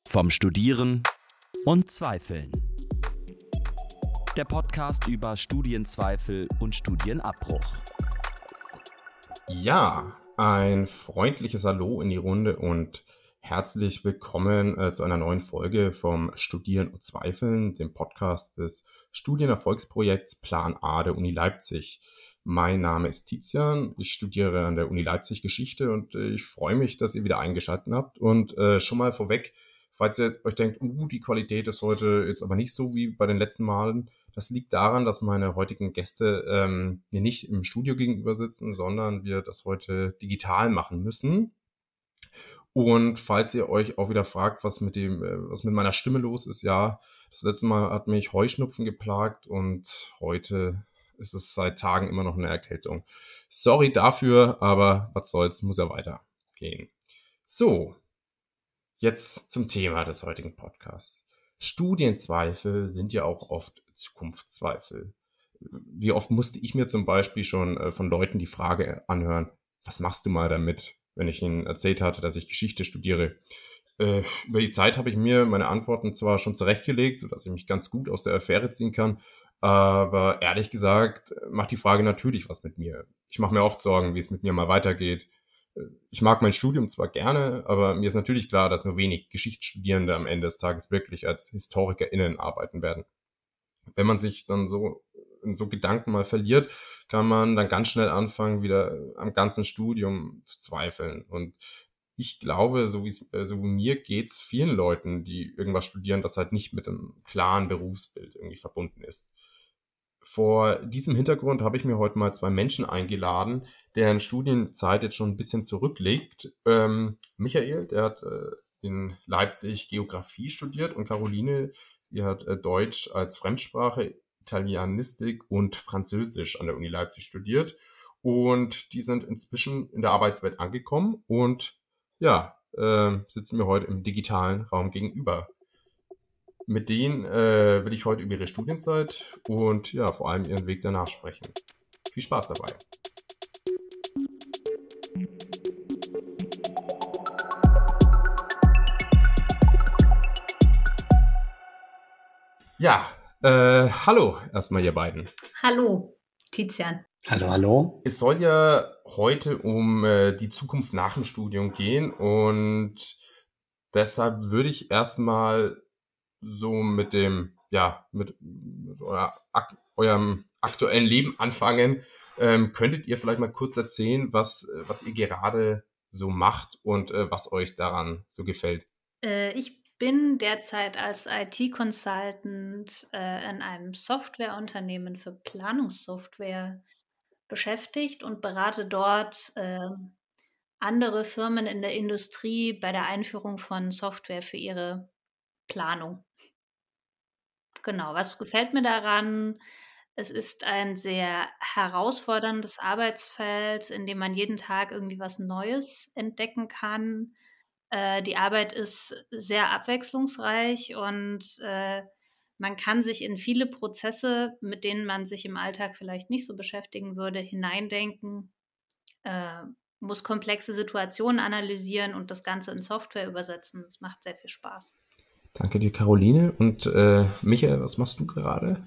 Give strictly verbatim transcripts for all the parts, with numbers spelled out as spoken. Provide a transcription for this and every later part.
Vom Studieren und Zweifeln. Der Podcast über Studienzweifel und Studienabbruch. Ja, ein freundliches Hallo in die Runde und herzlich willkommen äh, zu einer neuen Folge vom Studieren und Zweifeln, dem Podcast des Studienerfolgsprojekts Plan A der Uni Leipzig. Mein Name ist Tizian, ich studiere an der Uni Leipzig Geschichte und äh, ich freue mich, dass ihr wieder eingeschaltet habt. Und äh, schon mal vorweg, falls ihr euch denkt, uh, die Qualität ist heute jetzt aber nicht so wie bei den letzten Malen, das liegt daran, dass meine heutigen Gäste ähm, mir nicht im Studio gegenüber sitzen, sondern wir das heute digital machen müssen. Und falls ihr euch auch wieder fragt, was mit dem, äh, was mit meiner Stimme los ist, ja, das letzte Mal hat mich Heuschnupfen geplagt und heute ist es seit Tagen immer noch eine Erkältung. Sorry dafür, aber was soll's, muss ja weitergehen. So, jetzt zum Thema des heutigen Podcasts. Studienzweifel sind ja auch oft Zukunftszweifel. Wie oft musste ich mir zum Beispiel schon äh, von Leuten die Frage anhören, was machst du mal damit, wenn ich ihnen erzählt hatte, dass ich Geschichte studiere? Äh, über die Zeit habe ich mir meine Antworten zwar schon zurechtgelegt, sodass ich mich ganz gut aus der Affäre ziehen kann, aber ehrlich gesagt macht die Frage natürlich was mit mir. Ich mache mir oft Sorgen, wie es mit mir mal weitergeht. Ich mag mein Studium zwar gerne, aber mir ist natürlich klar, dass nur wenig Geschichtsstudierende am Ende des Tages wirklich als HistorikerInnen arbeiten werden. Wenn man sich dann so in so Gedanken mal verliert, kann man dann ganz schnell anfangen, wieder am ganzen Studium zu zweifeln. Und ich glaube, so wie es so wie mir geht's vielen Leuten, die irgendwas studieren, das halt nicht mit einem klaren Berufsbild irgendwie verbunden ist. Vor diesem Hintergrund habe ich mir heute mal zwei Menschen eingeladen, deren Studienzeit jetzt schon ein bisschen zurückliegt. Ähm, Michael, der hat äh, in Leipzig Geografie studiert und Caroline, sie hat äh, Deutsch als Fremdsprache, Italienistik und Französisch an der Uni Leipzig studiert. Und die sind inzwischen in der Arbeitswelt angekommen und ja, äh, sitzen mir heute im digitalen Raum gegenüber. Mit denen äh, will ich heute über ihre Studienzeit und ja, vor allem ihren Weg danach sprechen. Viel Spaß dabei. Ja, äh, hallo erstmal ihr beiden. Hallo, Tizian. Hallo, hallo. Es soll ja heute um äh, die Zukunft nach dem Studium gehen und deshalb würde ich erstmal so mit dem, ja, mit, mit euer, ak, eurem aktuellen Leben anfangen. Ähm, könntet ihr vielleicht mal kurz erzählen, was, was ihr gerade so macht und äh, was euch daran so gefällt? Äh, ich bin derzeit als I T-Consultant äh, in einem Softwareunternehmen für Planungssoftware beschäftigt und berate dort äh, andere Firmen in der Industrie bei der Einführung von Software für ihre Planung. Genau, was gefällt mir daran? Es ist ein sehr herausforderndes Arbeitsfeld, in dem man jeden Tag irgendwie was Neues entdecken kann. Äh, die Arbeit ist sehr abwechslungsreich und äh, man kann sich in viele Prozesse, mit denen man sich im Alltag vielleicht nicht so beschäftigen würde, hineindenken, äh, muss komplexe Situationen analysieren und das Ganze in Software übersetzen. Das macht sehr viel Spaß. Danke dir, Caroline. Und äh, Michael, was machst du gerade?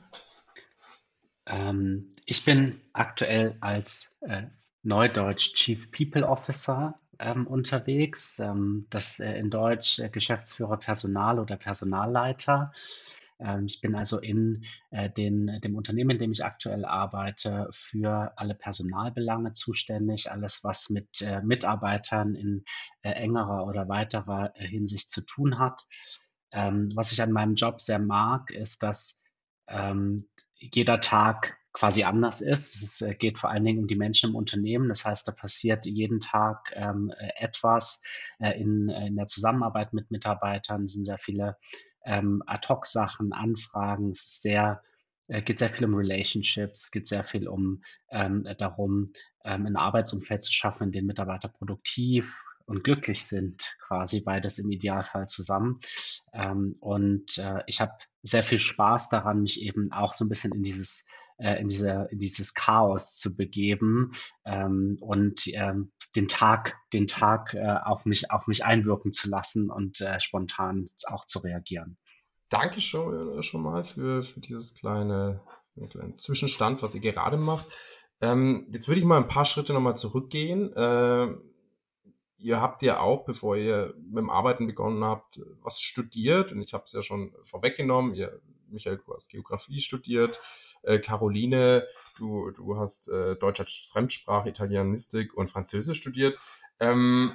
Ähm, ich bin aktuell als äh, Neudeutsch Chief People Officer ähm, unterwegs. Ähm, das äh, in Deutsch äh, Geschäftsführer Personal oder Personalleiter. Ähm, ich bin also in äh, den, dem Unternehmen, in dem ich aktuell arbeite, für alle Personalbelange zuständig. Alles, was mit äh, Mitarbeitern in äh, engerer oder weiterer äh, Hinsicht zu tun hat. Ähm, was ich an meinem Job sehr mag, ist, dass ähm, jeder Tag quasi anders ist. Es äh, geht vor allen Dingen um die Menschen im Unternehmen. Das heißt, da passiert jeden Tag ähm, äh, etwas äh, in, äh, in der Zusammenarbeit mit Mitarbeitern. Es sind sehr viele ähm, Ad-hoc-Sachen, Anfragen. Es ist sehr, äh, geht sehr viel um Relationships, es geht sehr viel um ähm, darum, ähm, ein Arbeitsumfeld zu schaffen, in dem Mitarbeiter produktiv und glücklich sind, quasi beides im Idealfall zusammen. Ähm, und äh, ich habe sehr viel Spaß daran, mich eben auch so ein bisschen in dieses äh, in diese, in dieses Chaos zu begeben ähm, und ähm, den Tag, den Tag äh, auf mich, auf mich einwirken zu lassen und äh, spontan auch zu reagieren. Danke schon, schon mal für, für dieses kleine, kleinen Zwischenstand, was ihr gerade macht. Ähm, jetzt würde ich mal ein paar Schritte nochmal zurückgehen. Äh, ihr habt ja auch, bevor ihr mit dem Arbeiten begonnen habt, was studiert. Und ich habe es ja schon vorweggenommen. Ihr, Michael, du hast Geografie studiert. Äh, Caroline, du, du hast äh, Deutsch als Fremdsprache, Italienistik und Französisch studiert. Ähm,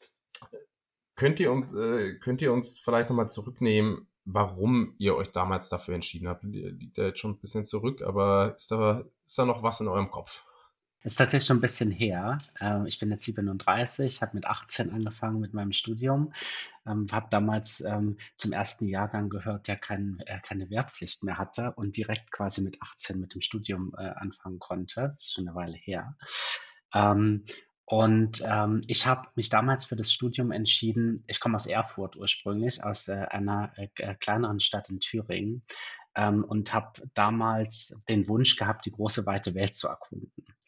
könnt ihr uns, äh, könnt ihr uns vielleicht nochmal zurücknehmen, warum ihr euch damals dafür entschieden habt? Liegt ja jetzt schon ein bisschen zurück, aber ist da, ist da noch was in eurem Kopf? Das ist tatsächlich schon ein bisschen her. Ähm, ich bin jetzt siebenunddreißig, habe mit achtzehn angefangen mit meinem Studium, ähm, habe damals ähm, zum ersten Jahrgang gehört, der kein, äh, keine Wehrpflicht mehr hatte und direkt quasi mit achtzehn mit dem Studium äh, anfangen konnte. Das ist schon eine Weile her. Ähm, und ähm, ich habe mich damals für das Studium entschieden. Ich komme aus Erfurt ursprünglich, aus äh, einer äh, k- kleineren Stadt in Thüringen, ähm, und habe damals den Wunsch gehabt, die große weite Welt zu erkunden.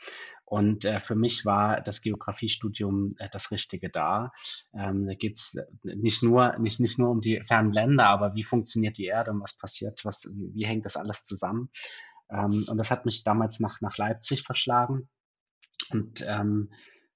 Und äh, für mich war das Geografiestudium äh, das Richtige da. Ähm, da geht es nicht nur, nicht, nicht nur um die fernen Länder, aber wie funktioniert die Erde und was passiert, was, wie, wie hängt das alles zusammen? Ähm, und das hat mich damals nach, nach Leipzig verschlagen und ähm,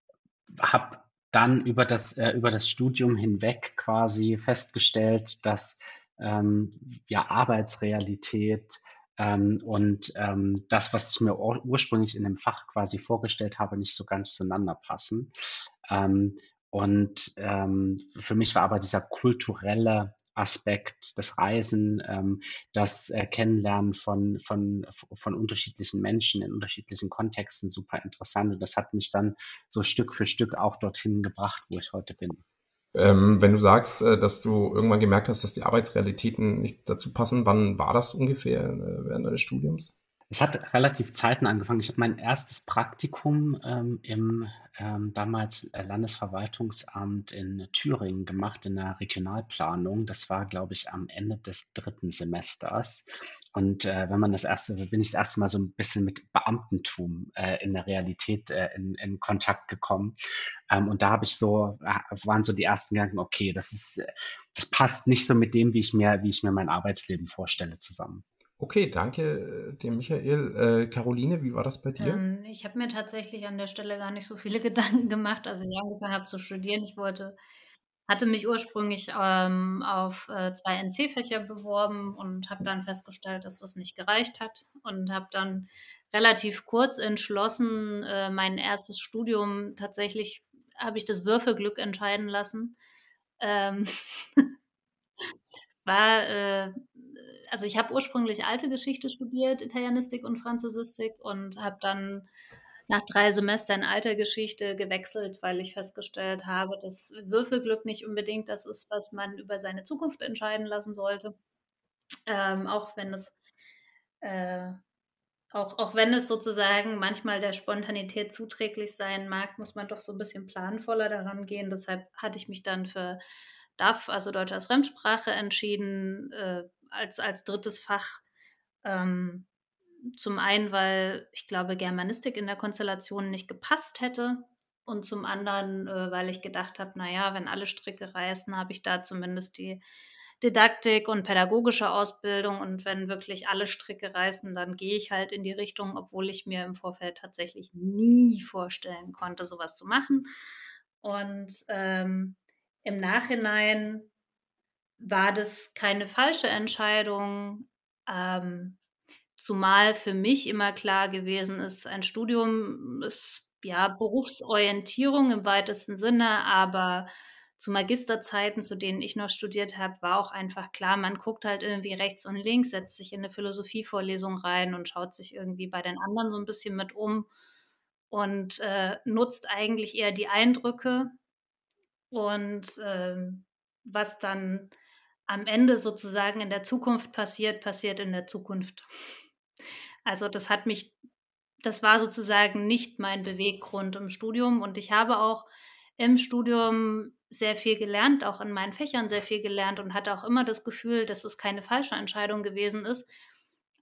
habe dann über das, äh, über das Studium hinweg quasi festgestellt, dass ähm, ja, Arbeitsrealität ähm, und ähm, das, was ich mir ur ursprünglich in dem Fach quasi vorgestellt habe, nicht so ganz zueinander passen. Ähm, und ähm, für mich war aber dieser kulturelle Aspekt, das Reisen, ähm, das äh, Kennenlernen von, von, von unterschiedlichen Menschen in unterschiedlichen Kontexten super interessant. Und das hat mich dann so Stück für Stück auch dorthin gebracht, wo ich heute bin. Ähm, wenn du sagst, äh, dass du irgendwann gemerkt hast, dass die Arbeitsrealitäten nicht dazu passen, wann war das ungefähr äh, während deines Studiums? Es hat relativ zeitnah angefangen. Ich habe mein erstes Praktikum ähm, im ähm, damals äh, Landesverwaltungsamt in Thüringen gemacht, in der Regionalplanung. Das war, glaube ich, am Ende des dritten Semesters. Und äh, wenn man das erste, bin ich das erste Mal so ein bisschen mit Beamtentum äh, in der Realität äh, in, in Kontakt gekommen. Ähm, und da habe ich so, äh, waren so die ersten Gedanken, okay, das ist, äh, das passt nicht so mit dem, wie ich mir, wie ich mir mein Arbeitsleben vorstelle, zusammen. Okay, danke äh, dir, Michael. Äh, Caroline, wie war das bei dir? Ähm, ich habe mir tatsächlich an der Stelle gar nicht so viele Gedanken gemacht, als ich angefangen habe zu studieren. Ich wollte hatte mich ursprünglich ähm, auf äh, zwei N C-Fächer beworben und habe dann festgestellt, dass das nicht gereicht hat und habe dann relativ kurz entschlossen, äh, mein erstes Studium tatsächlich habe ich das Würfelglück entscheiden lassen. Ähm, es war, äh, also ich habe ursprünglich alte Geschichte studiert, Italienistik und Französistik und habe dann nach drei Semestern alter Geschichte gewechselt, weil ich festgestellt habe, dass Würfelglück nicht unbedingt das ist, was man über seine Zukunft entscheiden lassen sollte. Ähm, auch wenn es äh, auch, auch wenn es sozusagen manchmal der Spontanität zuträglich sein mag, muss man doch so ein bisschen planvoller daran gehen. Deshalb hatte ich mich dann für D A F, also Deutsch als Fremdsprache, entschieden, äh, als, als drittes Fach. Ähm, zum einen, weil ich glaube, Germanistik in der Konstellation nicht gepasst hätte. Und zum anderen, äh, weil ich gedacht habe, naja, wenn alle Stricke reißen, habe ich da zumindest die Didaktik und pädagogische Ausbildung. Und wenn wirklich alle Stricke reißen, dann gehe ich halt in die Richtung, obwohl ich mir im Vorfeld tatsächlich nie vorstellen konnte, sowas zu machen. Und ähm, im Nachhinein war das keine falsche Entscheidung, ähm, zumal für mich immer klar gewesen ist, ein Studium ist ja Berufsorientierung im weitesten Sinne, aber zu Magisterzeiten, zu denen ich noch studiert habe, war auch einfach klar, man guckt halt irgendwie rechts und links, setzt sich in eine Philosophievorlesung rein und schaut sich irgendwie bei den anderen so ein bisschen mit um und äh, nutzt eigentlich eher die Eindrücke und ähm, was dann am Ende sozusagen in der Zukunft passiert, passiert in der Zukunft. Also das hat mich, das war sozusagen nicht mein Beweggrund im Studium und ich habe auch im Studium sehr viel gelernt, auch in meinen Fächern sehr viel gelernt und hatte auch immer das Gefühl, dass es keine falsche Entscheidung gewesen ist.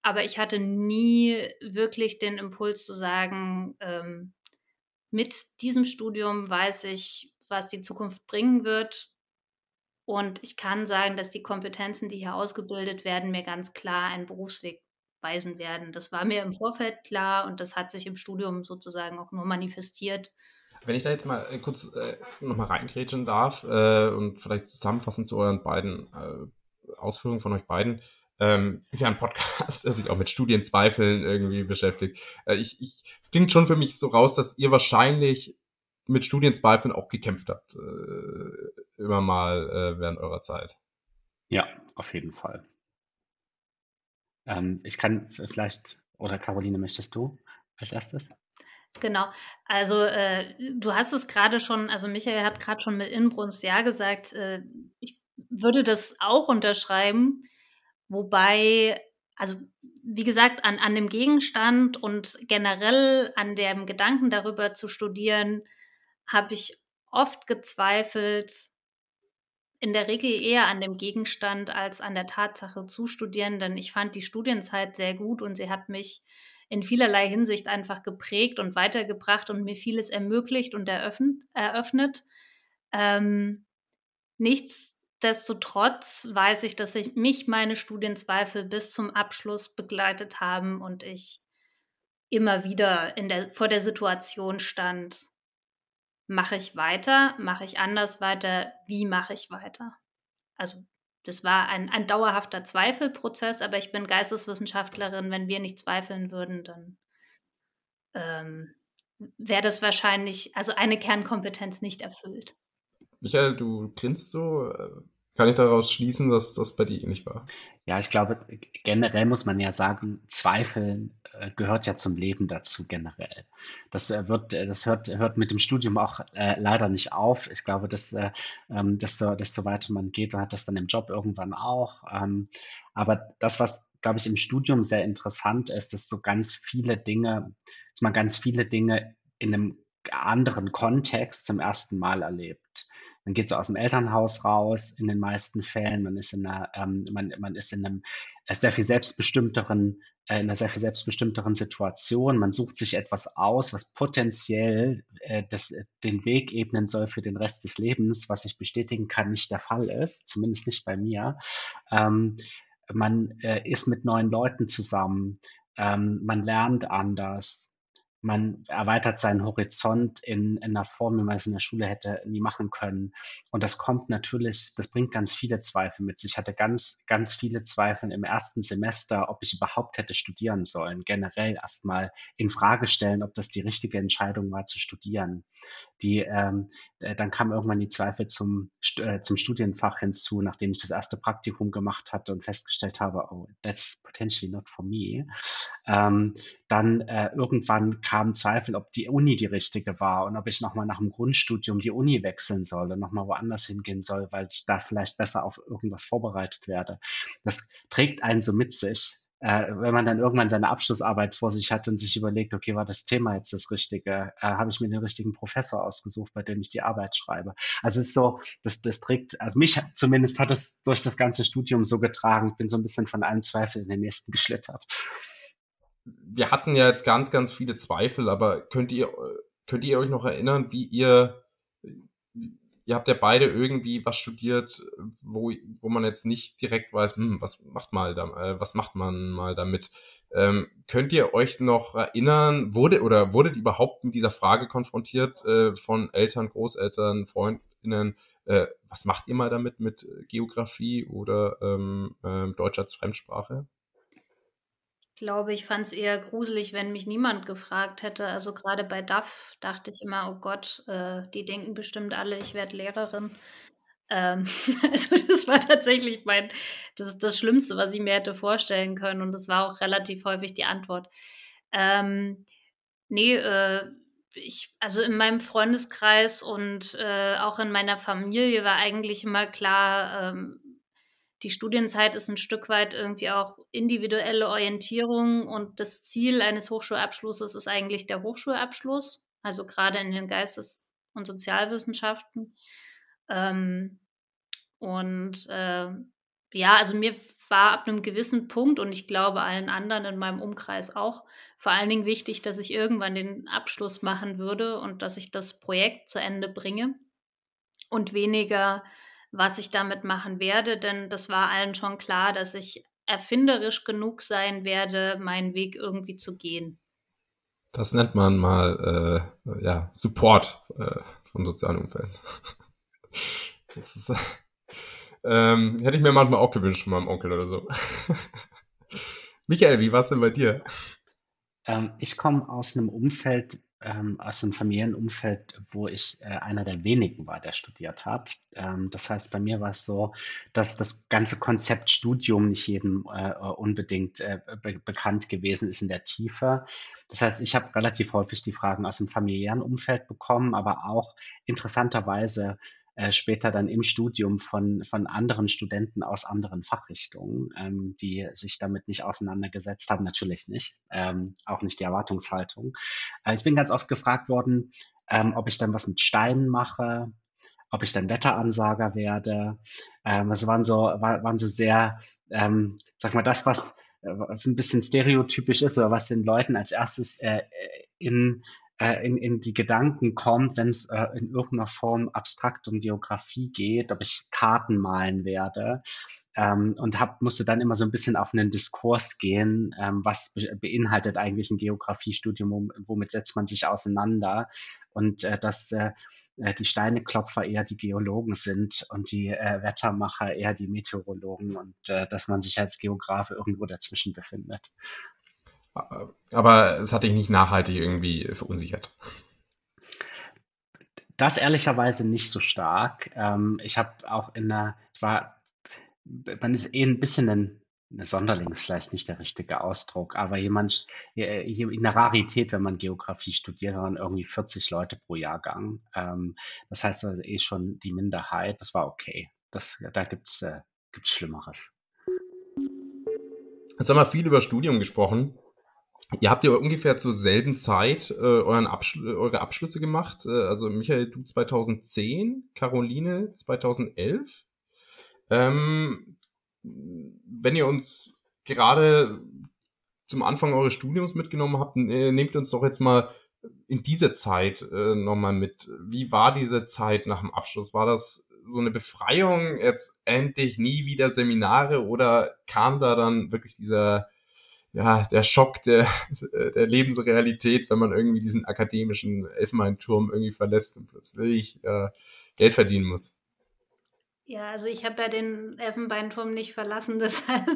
aber ich hatte nie wirklich den Impuls zu sagen, ähm, mit diesem Studium weiß ich, was die Zukunft bringen wird. Und ich kann sagen, dass die Kompetenzen, die hier ausgebildet werden, mir ganz klar einen Berufsweg weisen werden. Das war mir im Vorfeld klar und das hat sich im Studium sozusagen auch nur manifestiert. Wenn ich da jetzt mal äh, kurz äh, nochmal reingrätschen darf äh, und vielleicht zusammenfassend zu euren beiden äh, Ausführungen von euch beiden, ähm, ist ja ein Podcast, der sich auch mit Studienzweifeln irgendwie beschäftigt. Äh, ich, ich, es klingt schon für mich so raus, dass ihr wahrscheinlich mit Studienzweifeln auch gekämpft habt, äh, immer mal äh, während eurer Zeit. Ja, auf jeden Fall. Ähm, ich kann vielleicht, oder Caroline, möchtest du als erstes? Genau, also äh, du hast es gerade schon, also Michael hat gerade schon mit Inbrunst ja gesagt, äh, ich würde das auch unterschreiben, wobei, also wie gesagt, an, an dem Gegenstand und generell an dem Gedanken darüber zu studieren, habe ich oft gezweifelt, in der Regel eher an dem Gegenstand als an der Tatsache zu studieren, denn ich fand die Studienzeit sehr gut und sie hat mich in vielerlei Hinsicht einfach geprägt und weitergebracht und mir vieles ermöglicht und eröffnet. eröffnet. Ähm, nichtsdestotrotz weiß ich, dass ich mich meine Studienzweifel bis zum Abschluss begleitet haben und ich immer wieder in der, vor der Situation stand, mache ich weiter, mache ich anders weiter, wie mache ich weiter? Also das war ein, ein dauerhafter Zweifelprozess, aber ich bin Geisteswissenschaftlerin. Wenn wir nicht zweifeln würden, dann ähm, wäre das wahrscheinlich, also eine Kernkompetenz nicht erfüllt. Michael, du grinst so. Kann ich daraus schließen, dass das bei dir ähnlich war? Ja, ich glaube, generell muss man ja sagen, Zweifeln äh, gehört ja zum Leben dazu generell. Das äh, wird, äh, das hört, hört mit dem Studium auch äh, leider nicht auf. Ich glaube, dass, äh, ähm, desto, desto weiter man geht, dann hat das dann im Job irgendwann auch. Ähm, aber das, was, glaube ich, im Studium sehr interessant ist, dass du ganz viele Dinge, dass man ganz viele Dinge in einem anderen Kontext zum ersten Mal erlebt. Man geht so aus dem Elternhaus raus in den meisten Fällen. Man ist in einer, ähm, man, man ist in einem äh, sehr viel selbstbestimmteren, äh, in einer sehr viel selbstbestimmteren Situation. Man sucht sich etwas aus, was potenziell äh, das, den Weg ebnen soll für den Rest des Lebens, was ich bestätigen kann, nicht der Fall ist, zumindest nicht bei mir. Ähm, man äh, ist mit neuen Leuten zusammen. Ähm, man lernt anders. Man erweitert seinen Horizont in, in einer Form, wie man es in der Schule hätte nie machen können. Und das kommt natürlich, das bringt ganz viele Zweifel mit sich. Ich hatte ganz, ganz viele Zweifel im ersten Semester, ob ich überhaupt hätte studieren sollen. Generell erstmal in Frage stellen, ob das die richtige Entscheidung war, zu studieren. Die, ähm, äh, dann kamen irgendwann die Zweifel zum, äh, zum Studienfach hinzu, nachdem ich das erste Praktikum gemacht hatte und festgestellt habe, oh, that's potentially not for me. Ähm, dann äh, irgendwann kamen Zweifel, ob die Uni die richtige war und ob ich nochmal nach dem Grundstudium die Uni wechseln soll und nochmal woanders hingehen soll, weil ich da vielleicht besser auf irgendwas vorbereitet werde. Das trägt einen so mit sich. Äh, wenn man dann irgendwann seine Abschlussarbeit vor sich hat und sich überlegt, okay, war das Thema jetzt das Richtige? Äh, habe ich mir den richtigen Professor ausgesucht, bei dem ich die Arbeit schreibe? Also es ist so, das, das trägt, also mich zumindest hat es durch das ganze Studium so getragen, ich bin so ein bisschen von einem Zweifel in den nächsten geschlittert. Wir hatten ja jetzt ganz, ganz viele Zweifel, aber könnt ihr, könnt ihr euch noch erinnern, wie ihr, ihr habt ja beide irgendwie was studiert, wo, wo man jetzt nicht direkt weiß, hm, was macht mal da, äh, was macht man mal damit? Ähm, könnt ihr euch noch erinnern, wurde oder wurdet überhaupt mit dieser Frage konfrontiert äh, von Eltern, Großeltern, FreundInnen, äh, was macht ihr mal damit mit Geografie oder ähm, äh, Deutsch als Fremdsprache? Ich glaube, ich fand es eher gruselig, wenn mich niemand gefragt hätte. Also gerade bei D A F dachte ich immer, oh Gott, äh, die denken bestimmt alle, ich werde Lehrerin. Ähm, also das war tatsächlich mein, das ist das Schlimmste, was ich mir hätte vorstellen können. Und das war auch relativ häufig die Antwort. Ähm, nee, äh, ich, also in meinem Freundeskreis und äh, auch in meiner Familie war eigentlich immer klar, ähm, die Studienzeit ist ein Stück weit irgendwie auch individuelle Orientierung und das Ziel eines Hochschulabschlusses ist eigentlich der Hochschulabschluss, also gerade in den Geistes- und Sozialwissenschaften. Ähm, und äh, Ja, also mir war ab einem gewissen Punkt und ich glaube allen anderen in meinem Umkreis auch, vor allen Dingen wichtig, dass ich irgendwann den Abschluss machen würde und dass ich das Projekt zu Ende bringe und weniger, was ich damit machen werde, denn das war allen schon klar, dass ich erfinderisch genug sein werde, meinen Weg irgendwie zu gehen. Das nennt man mal äh, ja, Support äh, vom sozialen Umfeld. Das ist, ähm, hätte ich mir manchmal auch gewünscht von meinem Onkel oder so. Michael, wie war es denn bei dir? Ähm, ich komme aus einem Umfeld, ähm, aus einem Familienumfeld, wo ich äh, einer der wenigen war, der studiert hat. Ähm, das heißt, bei mir war es so, dass das ganze Konzept Studium nicht jedem äh, unbedingt äh, be bekannt gewesen ist in der Tiefe. Das heißt, ich habe relativ häufig die Fragen aus dem familiären Umfeld bekommen, aber auch interessanterweise äh, später dann im Studium von, von anderen Studenten aus anderen Fachrichtungen, ähm, die sich damit nicht auseinandergesetzt haben. Natürlich nicht, ähm, auch nicht die Erwartungshaltung. Äh, ich bin ganz oft gefragt worden, ähm, ob ich dann was mit Steinen mache, ob ich dann Wetteransager werde. Ähm, das waren so, war, waren so sehr, ähm, sag mal, das, was äh, ein bisschen stereotypisch ist oder was den Leuten als erstes äh, in äh, in, in die Gedanken kommt, wenn es äh, in irgendeiner Form abstrakt um Geografie geht, ob ich Karten malen werde. Ähm, und hab, musste dann immer so ein bisschen auf einen Diskurs gehen, ähm, was be beinhaltet eigentlich ein Geografiestudium, wom- womit setzt man sich auseinander und äh, dass äh, äh, die Steineklopfer eher die Geologen sind und die äh, Wettermacher eher die Meteorologen und äh, dass man sich als Geograf irgendwo dazwischen befindet. Aber es hat dich nicht nachhaltig irgendwie verunsichert. Das ehrlicherweise nicht so stark. Ähm, ich habe auch in einer, ich war, man ist eh ein bisschen ein, eine Sonderling ist vielleicht nicht der richtige Ausdruck, aber jemand, äh, eine Rarität, wenn man Geografie studiert, waren irgendwie vierzig Leute pro Jahrgang. Ähm, das heißt also eh schon die Minderheit. Das war okay. Das, da gibt's, äh, gibt's Schlimmeres. Jetzt haben wir viel über Studium gesprochen. Ihr habt ja ungefähr zur selben Zeit äh, euren Abschl eure Abschlüsse gemacht. Äh, also Michael, du zweitausendzehn, Caroline zweitausendelf. Ähm, wenn ihr uns gerade zum Anfang eures Studiums mitgenommen habt, äh, nehmt uns doch jetzt mal in diese Zeit äh, nochmal mit. Wie war diese Zeit nach dem Abschluss? War das so eine Befreiung, jetzt endlich nie wieder Seminare, oder kam da dann wirklich dieser, ja, der Schock der, der Lebensrealität, wenn man irgendwie diesen akademischen Elfenbeinturm irgendwie verlässt und plötzlich äh, Geld verdienen muss? Ja, also ich habe ja den Elfenbeinturm nicht verlassen, deshalb.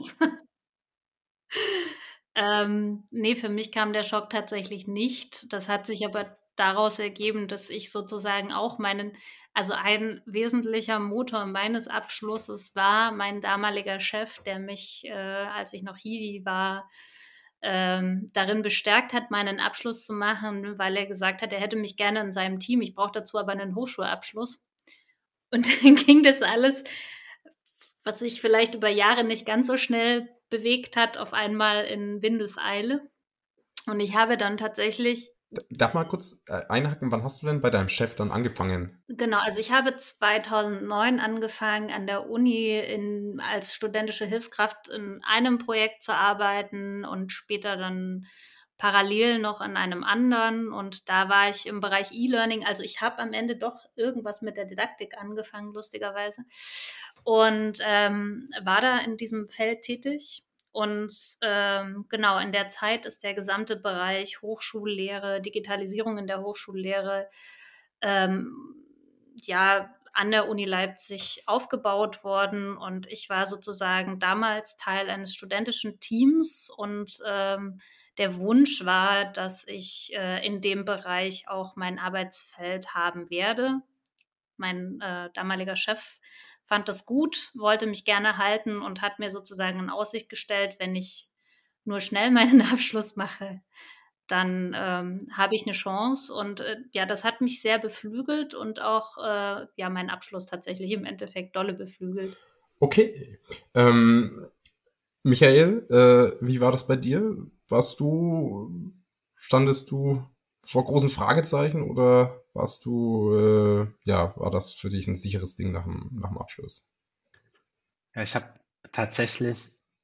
Ähm, ne, für mich kam der Schock tatsächlich nicht. Das hat sich aber daraus ergeben, dass ich sozusagen auch meinen also ein wesentlicher Motor meines Abschlusses war mein damaliger Chef, der mich, äh, als ich noch Hiwi war, ähm, darin bestärkt hat, meinen Abschluss zu machen, weil er gesagt hat, er hätte mich gerne in seinem Team. Ich brauche dazu aber einen Hochschulabschluss. Und dann ging das alles, was sich vielleicht über Jahre nicht ganz so schnell bewegt hat, auf einmal in Windeseile. Und ich habe dann tatsächlich, Darf mal kurz äh, einhaken, wann hast du denn bei deinem Chef dann angefangen? genau, also ich habe zweitausendneun angefangen, an der Uni in, als studentische Hilfskraft in einem Projekt zu arbeiten und später dann parallel noch in einem anderen. Und da war ich im Bereich E-Learning. Also ich habe am Ende doch irgendwas mit der Didaktik angefangen, lustigerweise. Und ähm, war da in diesem Feld tätig. Und ähm, genau, in der Zeit ist der gesamte Bereich Hochschullehre, Digitalisierung in der Hochschullehre, ähm, ja, an der Uni Leipzig aufgebaut worden. Und ich war sozusagen damals Teil eines studentischen Teams. Und ähm, der Wunsch war, dass ich äh, in dem Bereich auch mein Arbeitsfeld haben werde. Mein äh, damaliger Chef fand das gut, wollte mich gerne halten und hat mir sozusagen in Aussicht gestellt, wenn ich nur schnell meinen Abschluss mache, dann ähm, habe ich eine Chance. Und äh, ja, das hat mich sehr beflügelt und auch äh, ja, meinen Abschluss tatsächlich im Endeffekt dolle beflügelt. Okay. Ähm, Michael, äh, wie war das bei dir? Warst du, standest du vor großen Fragezeichen, oder warst du, äh, ja, war das für dich ein sicheres Ding nach dem, nach dem Abschluss? Ja, ich habe tatsächlich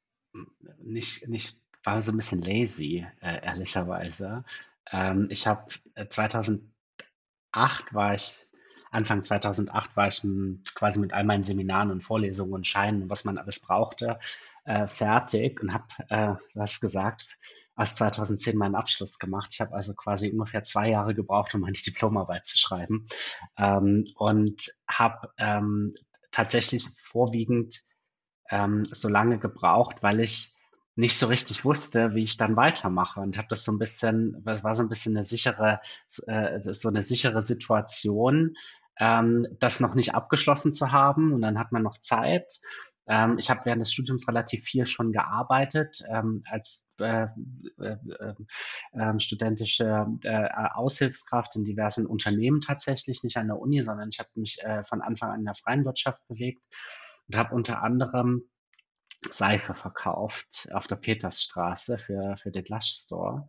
nicht, nicht, war so ein bisschen lazy, äh, ehrlicherweise. Ähm, ich habe zweitausendacht war ich, Anfang zweitausendacht war ich m, quasi mit all meinen Seminaren und Vorlesungen und Scheinen und was man alles brauchte, äh, fertig und habe, äh, du hast gesagt, erst zweitausendzehn meinen Abschluss gemacht. Ich habe also quasi ungefähr zwei Jahre gebraucht, um meine Diplomarbeit zu schreiben, ähm, und habe ähm, tatsächlich vorwiegend ähm, so lange gebraucht, weil ich nicht so richtig wusste, wie ich dann weitermache und habe das so ein bisschen, das war so ein bisschen eine sichere, äh, so eine sichere Situation, ähm, das noch nicht abgeschlossen zu haben und dann hat man noch Zeit. Ähm, ich habe während des Studiums relativ viel schon gearbeitet, ähm, als äh, äh, äh, studentische äh, Aushilfskraft in diversen Unternehmen tatsächlich, nicht an der Uni, sondern ich habe mich äh, von Anfang an in der freien Wirtschaft bewegt und habe unter anderem Seife verkauft auf der Petersstraße für, für den Lush Store,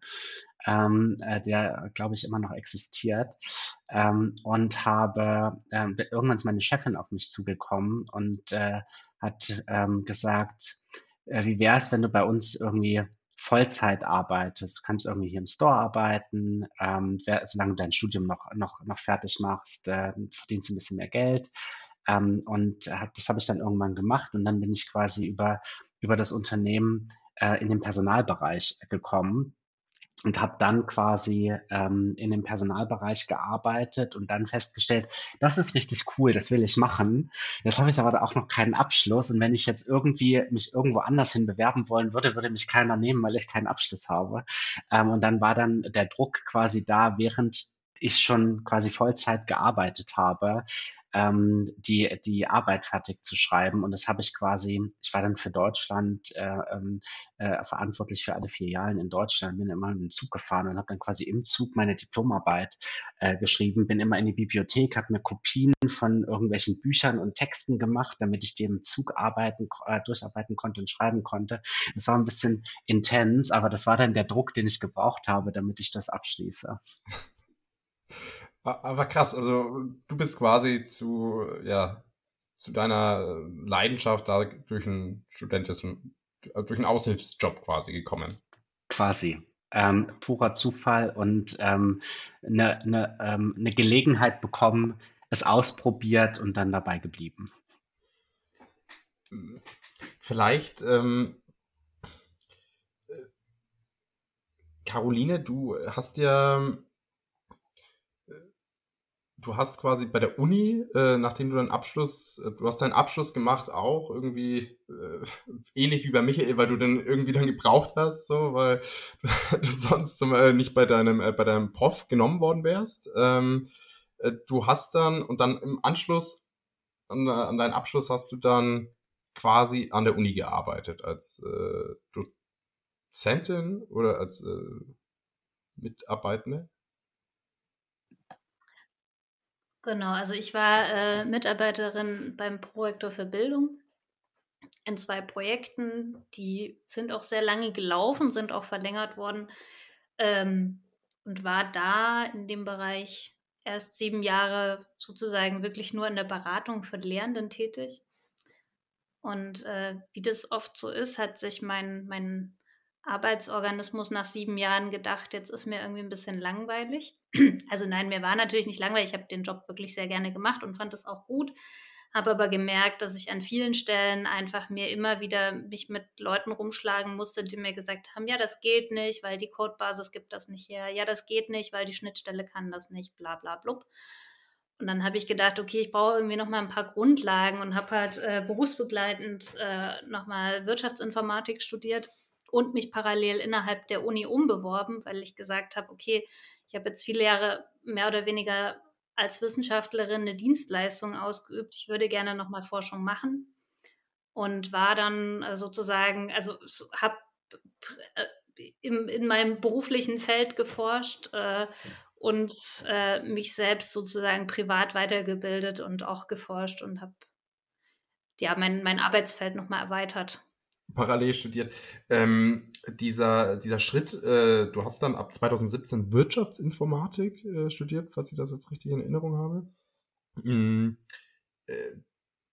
ähm, äh, der, glaube ich, immer noch existiert. Ähm, und habe, ähm, irgendwann ist meine Chefin auf mich zugekommen und äh, hat ähm, gesagt, äh, wie wäre es, wenn du bei uns irgendwie Vollzeit arbeitest? Du kannst irgendwie hier im Store arbeiten, ähm, wer, solange du dein Studium noch, noch, noch fertig machst, äh, verdienst du ein bisschen mehr Geld. Ähm, und hab, das habe ich dann irgendwann gemacht und dann bin ich quasi über, über das Unternehmen äh, in den Personalbereich gekommen und habe dann quasi ähm, in dem Personalbereich gearbeitet und dann festgestellt, das ist richtig cool, das will ich machen. Jetzt habe ich aber auch noch keinen Abschluss und wenn ich jetzt irgendwie mich irgendwo anders hin bewerben wollen würde, würde mich keiner nehmen, weil ich keinen Abschluss habe. Ähm, und dann war dann der Druck quasi da, während ich schon quasi Vollzeit gearbeitet habe, ähm, die, die Arbeit fertig zu schreiben. Und das habe ich quasi, ich war dann für Deutschland äh, ähm, äh, verantwortlich für alle Filialen in Deutschland, bin immer mit dem Zug gefahren und habe dann quasi im Zug meine Diplomarbeit äh, geschrieben, bin immer in die Bibliothek, habe mir Kopien von irgendwelchen Büchern und Texten gemacht, damit ich die im Zug arbeiten, äh, durcharbeiten konnte und schreiben konnte. Das war ein bisschen intens, aber das war dann der Druck, den ich gebraucht habe, damit ich das abschließe. Aber krass, also du bist quasi zu, ja, zu deiner Leidenschaft da durch einen studentischen, durch einen Aushilfsjob quasi gekommen. Quasi. Ähm, purer Zufall und ähm, eine, eine, ähm, eine Gelegenheit bekommen, es ausprobiert und dann dabei geblieben. Vielleicht, ähm, Caroline, du hast ja, du hast quasi bei der Uni, äh, nachdem du deinen Abschluss, äh, du hast deinen Abschluss gemacht, auch irgendwie äh, ähnlich wie bei Michael, weil du dann irgendwie dann gebraucht hast, so, weil du sonst zum, äh, nicht bei deinem, äh, bei deinem Prof genommen worden wärst. Ähm, äh, du hast dann und dann im Anschluss an, an deinen Abschluss hast du dann quasi an der Uni gearbeitet als äh, Dozentin oder als äh, Mitarbeitende. Genau, also ich war äh, Mitarbeiterin beim Prorektor für Bildung in zwei Projekten. Die sind auch sehr lange gelaufen, sind auch verlängert worden, ähm, und war da in dem Bereich erst sieben Jahre sozusagen wirklich nur in der Beratung für Lehrenden tätig. Und äh, wie das oft so ist, hat sich mein, mein Arbeitsorganismus nach sieben Jahren gedacht, jetzt ist mir irgendwie ein bisschen langweilig. Also nein, mir war natürlich nicht langweilig. Ich habe den Job wirklich sehr gerne gemacht und fand das auch gut. Habe aber gemerkt, dass ich an vielen Stellen einfach mir immer wieder mich mit Leuten rumschlagen musste, die mir gesagt haben, ja, das geht nicht, weil die Codebasis gibt das nicht her. Ja, das geht nicht, weil die Schnittstelle kann das nicht, bla bla blub. Und dann habe ich gedacht, okay, ich brauche irgendwie noch mal ein paar Grundlagen und habe halt äh, berufsbegleitend äh, noch mal Wirtschaftsinformatik studiert und mich parallel innerhalb der Uni umbeworben, weil ich gesagt habe, okay, ich habe jetzt viele Jahre mehr oder weniger als Wissenschaftlerin eine Dienstleistung ausgeübt. Ich würde gerne noch mal Forschung machen und war dann äh, sozusagen, also habe äh, im, in meinem beruflichen Feld geforscht äh, und äh, mich selbst sozusagen privat weitergebildet und auch geforscht und habe ja mein, mein Arbeitsfeld nochmal erweitert. Parallel studiert. Ähm, dieser, dieser Schritt, äh, du hast dann ab zwanzig siebzehn Wirtschaftsinformatik äh, studiert, falls ich das jetzt richtig in Erinnerung habe. Mhm. Äh,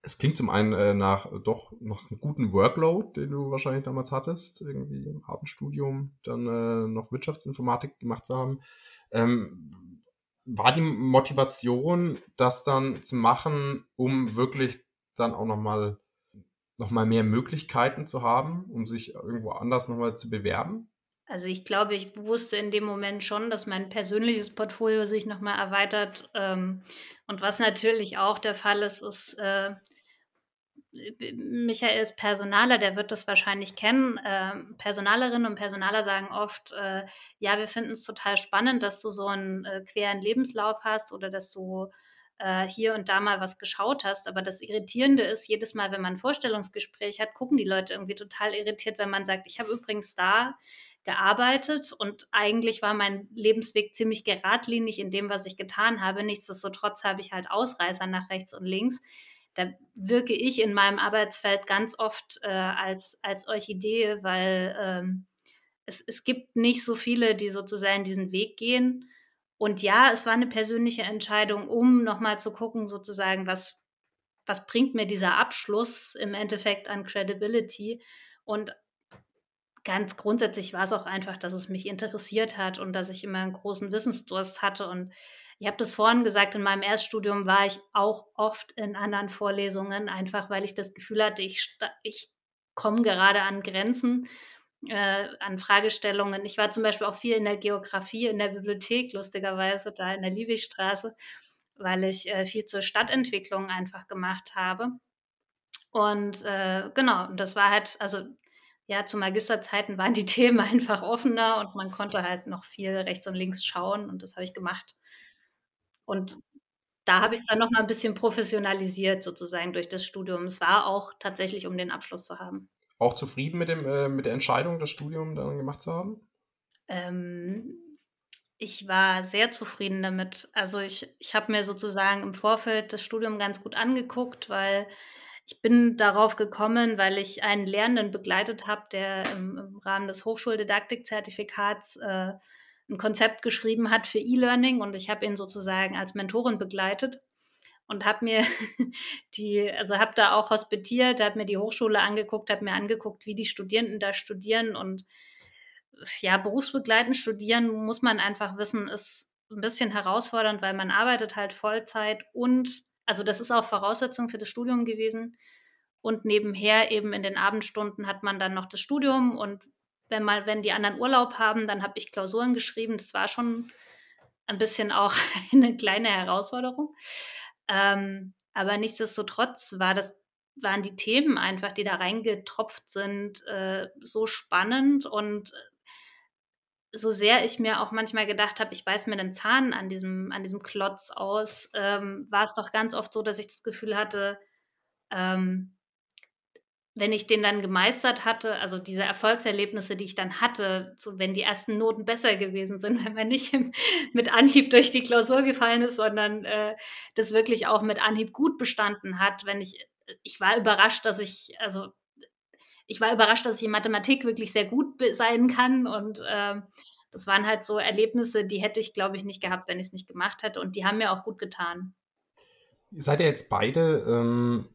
Es klingt zum einen äh, nach äh, doch noch einem guten Workload, den du wahrscheinlich damals hattest, irgendwie im Abendstudium dann äh, noch Wirtschaftsinformatik gemacht zu haben. Ähm, war die Motivation, das dann zu machen, um wirklich dann auch nochmal noch mal mehr Möglichkeiten zu haben, um sich irgendwo anders nochmal zu bewerben? Also ich glaube, ich wusste in dem Moment schon, dass mein persönliches Portfolio sich nochmal erweitert. Ähm, und was natürlich auch der Fall ist, ist, äh, Michael ist Personaler, der wird das wahrscheinlich kennen. Ähm, Personalerinnen und Personaler sagen oft, äh, ja, wir finden es total spannend, dass du so einen äh, queren Lebenslauf hast oder dass du äh, hier und da mal was geschaut hast. Aber das Irritierende ist, jedes Mal, wenn man ein Vorstellungsgespräch hat, gucken die Leute irgendwie total irritiert, wenn man sagt, ich habe übrigens da gearbeitet und eigentlich war mein Lebensweg ziemlich geradlinig in dem, was ich getan habe. Nichtsdestotrotz habe ich halt Ausreißer nach rechts und links. Da wirke ich in meinem Arbeitsfeld ganz oft äh, als, als Orchidee, weil ähm, es, es gibt nicht so viele, die sozusagen diesen Weg gehen. Und ja, es war eine persönliche Entscheidung, um nochmal zu gucken, sozusagen, was, was bringt mir dieser Abschluss im Endeffekt an Credibility. Und ganz grundsätzlich war es auch einfach, dass es mich interessiert hat und dass ich immer einen großen Wissensdurst hatte. Und ich habe das vorhin gesagt, in meinem Erststudium war ich auch oft in anderen Vorlesungen, einfach weil ich das Gefühl hatte, ich, ich komme gerade an Grenzen, äh, an Fragestellungen. Ich war zum Beispiel auch viel in der Geografie, in der Bibliothek, lustigerweise, da in der Liebigstraße, weil ich äh, viel zur Stadtentwicklung einfach gemacht habe. Und äh, genau, das war halt, also ja, zu Magisterzeiten waren die Themen einfach offener und man konnte halt noch viel rechts und links schauen und das habe ich gemacht. Und da habe ich es dann noch mal ein bisschen professionalisiert sozusagen durch das Studium. Es war auch tatsächlich, um den Abschluss zu haben. Auch zufrieden mit dem, äh, mit der Entscheidung, das Studium dann gemacht zu haben? Ähm, ich war sehr zufrieden damit. Also ich, ich habe mir sozusagen im Vorfeld das Studium ganz gut angeguckt, weil ich bin darauf gekommen, weil ich einen Lehrenden begleitet habe, der im, im Rahmen des Hochschuldidaktik-Zertifikats äh, ein Konzept geschrieben hat für E-Learning und ich habe ihn sozusagen als Mentorin begleitet und habe mir die, also habe da auch hospitiert, habe mir die Hochschule angeguckt, habe mir angeguckt, wie die Studierenden da studieren und ja, berufsbegleitend studieren, muss man einfach wissen, ist ein bisschen herausfordernd, weil man arbeitet halt Vollzeit und, also das ist auch Voraussetzung für das Studium gewesen. Und nebenher eben in den Abendstunden hat man dann noch das Studium und wenn mal, wenn die anderen Urlaub haben, dann habe ich Klausuren geschrieben. Das war schon ein bisschen auch eine kleine Herausforderung. Ähm, aber nichtsdestotrotz war das, waren die Themen einfach, die da reingetropft sind, äh, so spannend und so sehr ich mir auch manchmal gedacht habe, ich beiß mir den Zahn an diesem, an diesem Klotz aus, ähm, war es doch ganz oft so, dass ich das Gefühl hatte, ähm, wenn ich den dann gemeistert hatte, also diese Erfolgserlebnisse, die ich dann hatte, so wenn die ersten Noten besser gewesen sind, wenn man nicht im, mit Anhieb durch die Klausur gefallen ist, sondern äh, das wirklich auch mit Anhieb gut bestanden hat, wenn ich, ich war überrascht, dass ich, also ich war überrascht, dass ich in Mathematik wirklich sehr gut sein kann und ähm, das waren halt so Erlebnisse, die hätte ich, glaube ich, nicht gehabt, wenn ich es nicht gemacht hätte und die haben mir auch gut getan. Seid ihr jetzt beide ähm,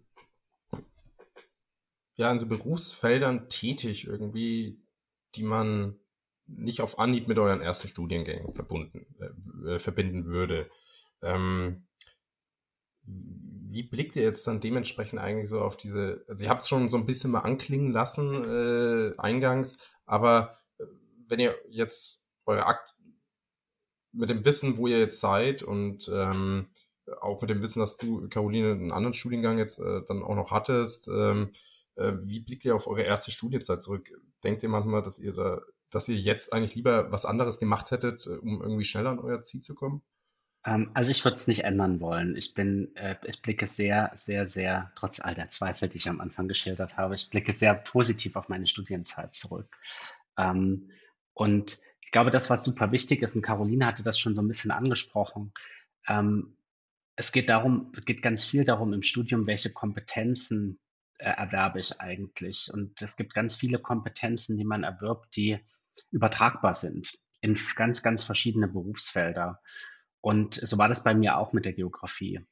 ja in so Berufsfeldern tätig irgendwie, die man nicht auf Anhieb mit euren ersten Studiengängen verbunden, äh, verbinden würde? Ähm, wie blickt ihr jetzt dann dementsprechend eigentlich so auf diese, also ihr habt es schon so ein bisschen mal anklingen lassen äh, eingangs, aber äh, wenn ihr jetzt eure Akt mit dem Wissen, wo ihr jetzt seid und ähm, auch mit dem Wissen, dass du, Caroline, einen anderen Studiengang jetzt äh, dann auch noch hattest, ähm, äh, wie blickt ihr auf eure erste Studienzeit zurück? Denkt ihr manchmal, dass ihr da, dass ihr jetzt eigentlich lieber was anderes gemacht hättet, äh, um irgendwie schneller an euer Ziel zu kommen? Ähm, also ich würde es nicht ändern wollen. Ich bin, äh, ich blicke sehr, sehr, sehr, trotz all der Zweifel, die ich am Anfang geschildert habe, ich blicke sehr positiv auf meine Studienzeit zurück. Ähm, und ich glaube, das, was super wichtig ist, und Caroline hatte das schon so ein bisschen angesprochen, ähm, es geht darum, es geht ganz viel darum im Studium, welche Kompetenzen äh, erwerbe ich eigentlich. Und es gibt ganz viele Kompetenzen, die man erwirbt, die übertragbar sind in ganz, ganz verschiedene Berufsfelder. Und so war das bei mir auch mit der Geografie.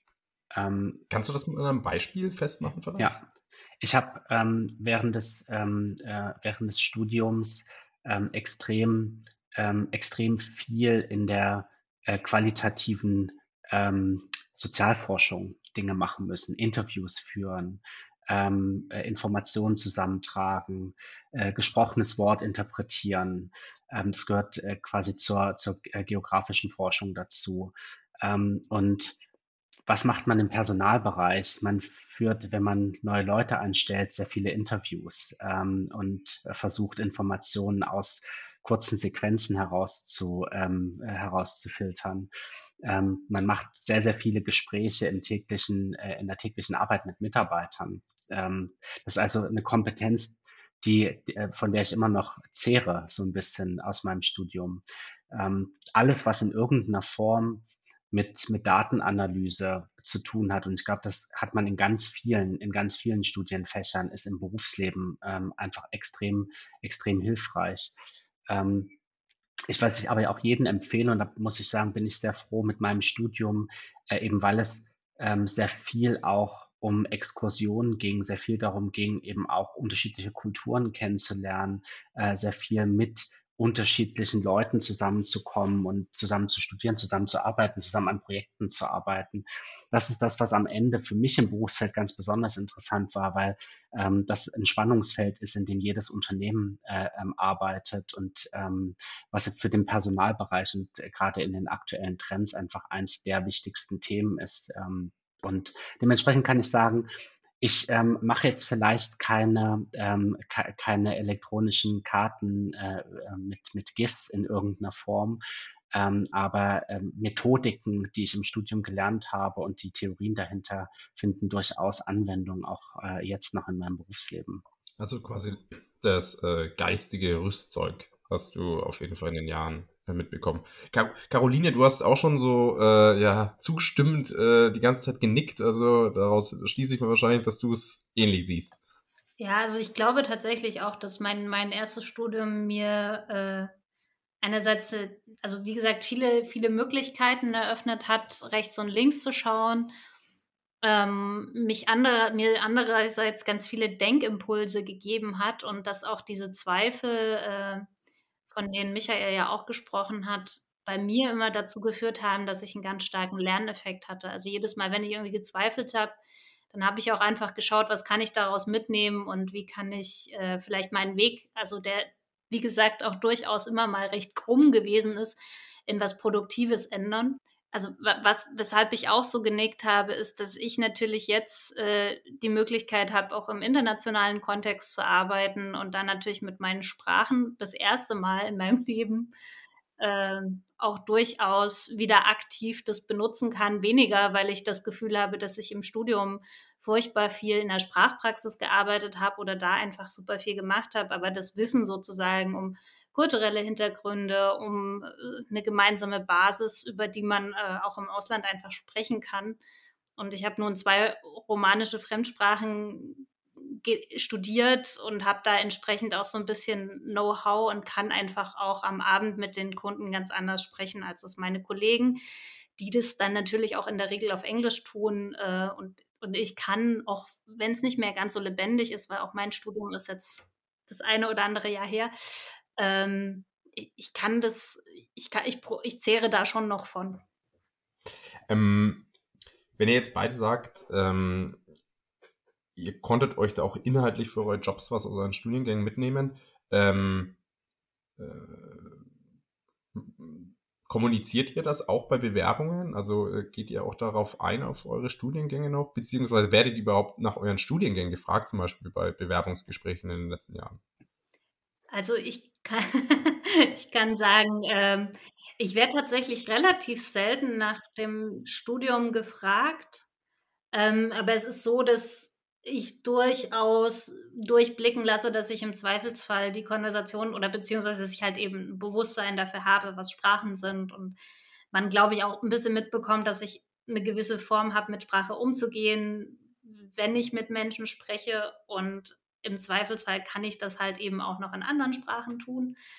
Ähm, Kannst du das mit einem Beispiel festmachen vielleicht? Ja, ich habe ähm, während des, ähm, äh, während des Studiums ähm, extrem, ähm, extrem viel in der äh, qualitativen ähm, Sozialforschung Dinge machen müssen, Interviews führen, ähm, äh, Informationen zusammentragen, äh, gesprochenes Wort interpretieren. Ähm, das gehört äh, quasi zur, zur äh, geografischen Forschung dazu. Ähm, und was macht man im Personalbereich? Man führt, wenn man neue Leute einstellt, sehr viele Interviews ähm, und äh, versucht, Informationen aus kurzen Sequenzen herauszu, ähm, äh, herauszufiltern. Ähm, man macht sehr, sehr viele Gespräche im täglichen, äh, in der täglichen Arbeit mit Mitarbeitern. Ähm, das ist also eine Kompetenz, die, die, äh, von der ich immer noch zehre, so ein bisschen aus meinem Studium. Ähm, alles, was in irgendeiner Form mit, mit Datenanalyse zu tun hat. Und ich glaube, das hat man in ganz vielen, in ganz vielen Studienfächern, ist im Berufsleben ähm, einfach extrem, extrem hilfreich. Ähm, ich weiß, ich aber auch jedem empfehle, und da muss ich sagen, bin ich sehr froh mit meinem Studium, äh, eben weil es ähm, sehr viel auch um Exkursionen ging, sehr viel darum ging, eben auch unterschiedliche Kulturen kennenzulernen, äh, sehr viel mit unterschiedlichen Leuten zusammenzukommen und zusammen zu studieren, zusammen zu arbeiten, zusammen an Projekten zu arbeiten. Das ist das, was am Ende für mich im Berufsfeld ganz besonders interessant war, weil ähm, das ein Spannungsfeld ist, in dem jedes Unternehmen äh, ähm, arbeitet und ähm, was jetzt für den Personalbereich und äh, gerade in den aktuellen Trends einfach eins der wichtigsten Themen ist. Ähm, und dementsprechend kann ich sagen, ich ähm, mache jetzt vielleicht keine, ähm, ke keine elektronischen Karten äh, äh, mit, mit G I S in irgendeiner Form, ähm, aber ähm, Methodiken, die ich im Studium gelernt habe und die Theorien dahinter finden durchaus Anwendung auch äh, jetzt noch in meinem Berufsleben. Also quasi das äh, geistige Rüstzeug hast du auf jeden Fall in den Jahren äh, mitbekommen. Ka Caroline, du hast auch schon so äh, ja, zustimmend äh, die ganze Zeit genickt. Also daraus schließe ich mir wahrscheinlich, dass du es ähnlich siehst. Ja, also ich glaube tatsächlich auch, dass mein, mein erstes Studium mir äh, einerseits, äh, also wie gesagt, viele, viele Möglichkeiten eröffnet hat, rechts und links zu schauen, ähm, mich andere, mir andererseits ganz viele Denkimpulse gegeben hat und dass auch diese Zweifel, äh, von denen Michael ja auch gesprochen hat, bei mir immer dazu geführt haben, dass ich einen ganz starken Lerneffekt hatte. Also jedes Mal, wenn ich irgendwie gezweifelt habe, dann habe ich auch einfach geschaut, was kann ich daraus mitnehmen und wie kann ich äh, vielleicht meinen Weg, also der, wie gesagt, auch durchaus immer mal recht krumm gewesen ist, in was Produktives ändern. Also was, weshalb ich auch so genickt habe, ist, dass ich natürlich jetzt äh, die Möglichkeit habe, auch im internationalen Kontext zu arbeiten und dann natürlich mit meinen Sprachen das erste Mal in meinem Leben äh, auch durchaus wieder aktiv das benutzen kann. Weniger, weil ich das Gefühl habe, dass ich im Studium furchtbar viel in der Sprachpraxis gearbeitet habe oder da einfach super viel gemacht habe, aber das Wissen sozusagen um kulturelle Hintergründe, um äh, eine gemeinsame Basis, über die man äh, auch im Ausland einfach sprechen kann. Und ich habe nun zwei romanische Fremdsprachen studiert und habe da entsprechend auch so ein bisschen Know-how und kann einfach auch am Abend mit den Kunden ganz anders sprechen, als es meine Kollegen, die das dann natürlich auch in der Regel auf Englisch tun. Äh, und, und ich kann, auch wenn es nicht mehr ganz so lebendig ist, weil auch mein Studium ist jetzt das eine oder andere Jahr her, ähm, ich kann das, ich, kann, ich, ich zehre da schon noch von. Ähm, wenn ihr jetzt beide sagt, ähm, ihr konntet euch da auch inhaltlich für eure Jobs was aus euren Studiengängen mitnehmen, ähm, äh, kommuniziert ihr das auch bei Bewerbungen? Also äh, geht ihr auch darauf ein, auf eure Studiengänge noch? Beziehungsweise werdet ihr überhaupt nach euren Studiengängen gefragt, zum Beispiel bei Bewerbungsgesprächen in den letzten Jahren? Also ich kann, ich kann sagen, ähm, ich werde tatsächlich relativ selten nach dem Studium gefragt. Ähm, aber es ist so, dass ich durchaus durchblicken lasse, dass ich im Zweifelsfall die Konversation oder beziehungsweise dass ich halt eben ein Bewusstsein dafür habe, was Sprachen sind und man, glaube ich, auch ein bisschen mitbekommt, dass ich eine gewisse Form habe, mit Sprache umzugehen, wenn ich mit Menschen spreche und im Zweifelsfall kann ich das halt eben auch noch in anderen Sprachen tun.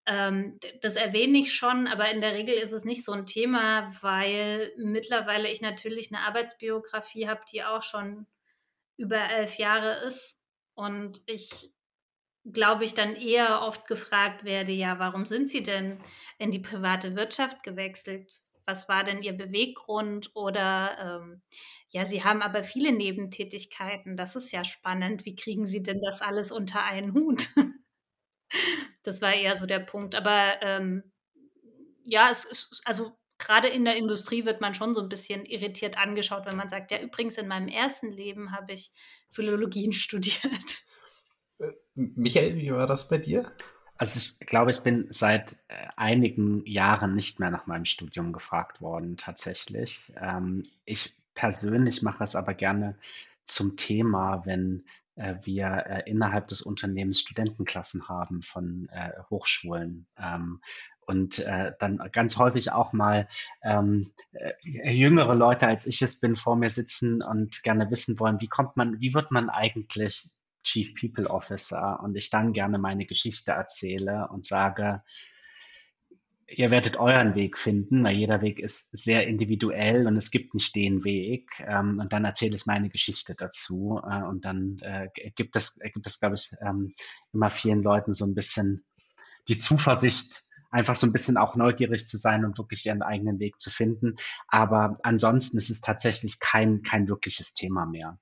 Ähm, das erwähne ich schon, aber in der Regel ist es nicht so ein Thema, weil mittlerweile ich natürlich eine Arbeitsbiografie habe, die auch schon über elf Jahre ist und ich glaube ich dann eher oft gefragt werde, ja, warum sind Sie denn in die private Wirtschaft gewechselt? Was war denn Ihr Beweggrund? Oder ähm, ja, Sie haben aber viele Nebentätigkeiten. Das ist ja spannend. Wie kriegen Sie denn das alles unter einen Hut? Das war eher so der Punkt. Aber ähm, ja, es ist, also gerade in der Industrie wird man schon so ein bisschen irritiert angeschaut, wenn man sagt, ja, übrigens in meinem ersten Leben habe ich Philologien studiert. Äh, Michael, wie war das bei dir? Also ich glaube, ich bin seit äh, einigen Jahren nicht mehr nach meinem Studium gefragt worden, tatsächlich. Ähm, ich persönlich mache es aber gerne zum Thema, wenn äh, wir äh, innerhalb des Unternehmens Studentenklassen haben von äh, Hochschulen. Ähm, und äh, dann ganz häufig auch mal ähm, äh, jüngere Leute, als ich es bin, vor mir sitzen und gerne wissen wollen, wie kommt man, wie wird man eigentlich Chief People Officer und ich dann gerne meine Geschichte erzähle und sage, ihr werdet euren Weg finden, weil jeder Weg ist sehr individuell und es gibt nicht den Weg. Ähm, und dann erzähle ich meine Geschichte dazu äh, und dann äh, gibt es, gibt es, glaube ich, ähm, immer vielen Leuten so ein bisschen die Zuversicht, einfach so ein bisschen auch neugierig zu sein und wirklich ihren eigenen Weg zu finden. Aber ansonsten ist es tatsächlich kein, kein wirkliches Thema mehr.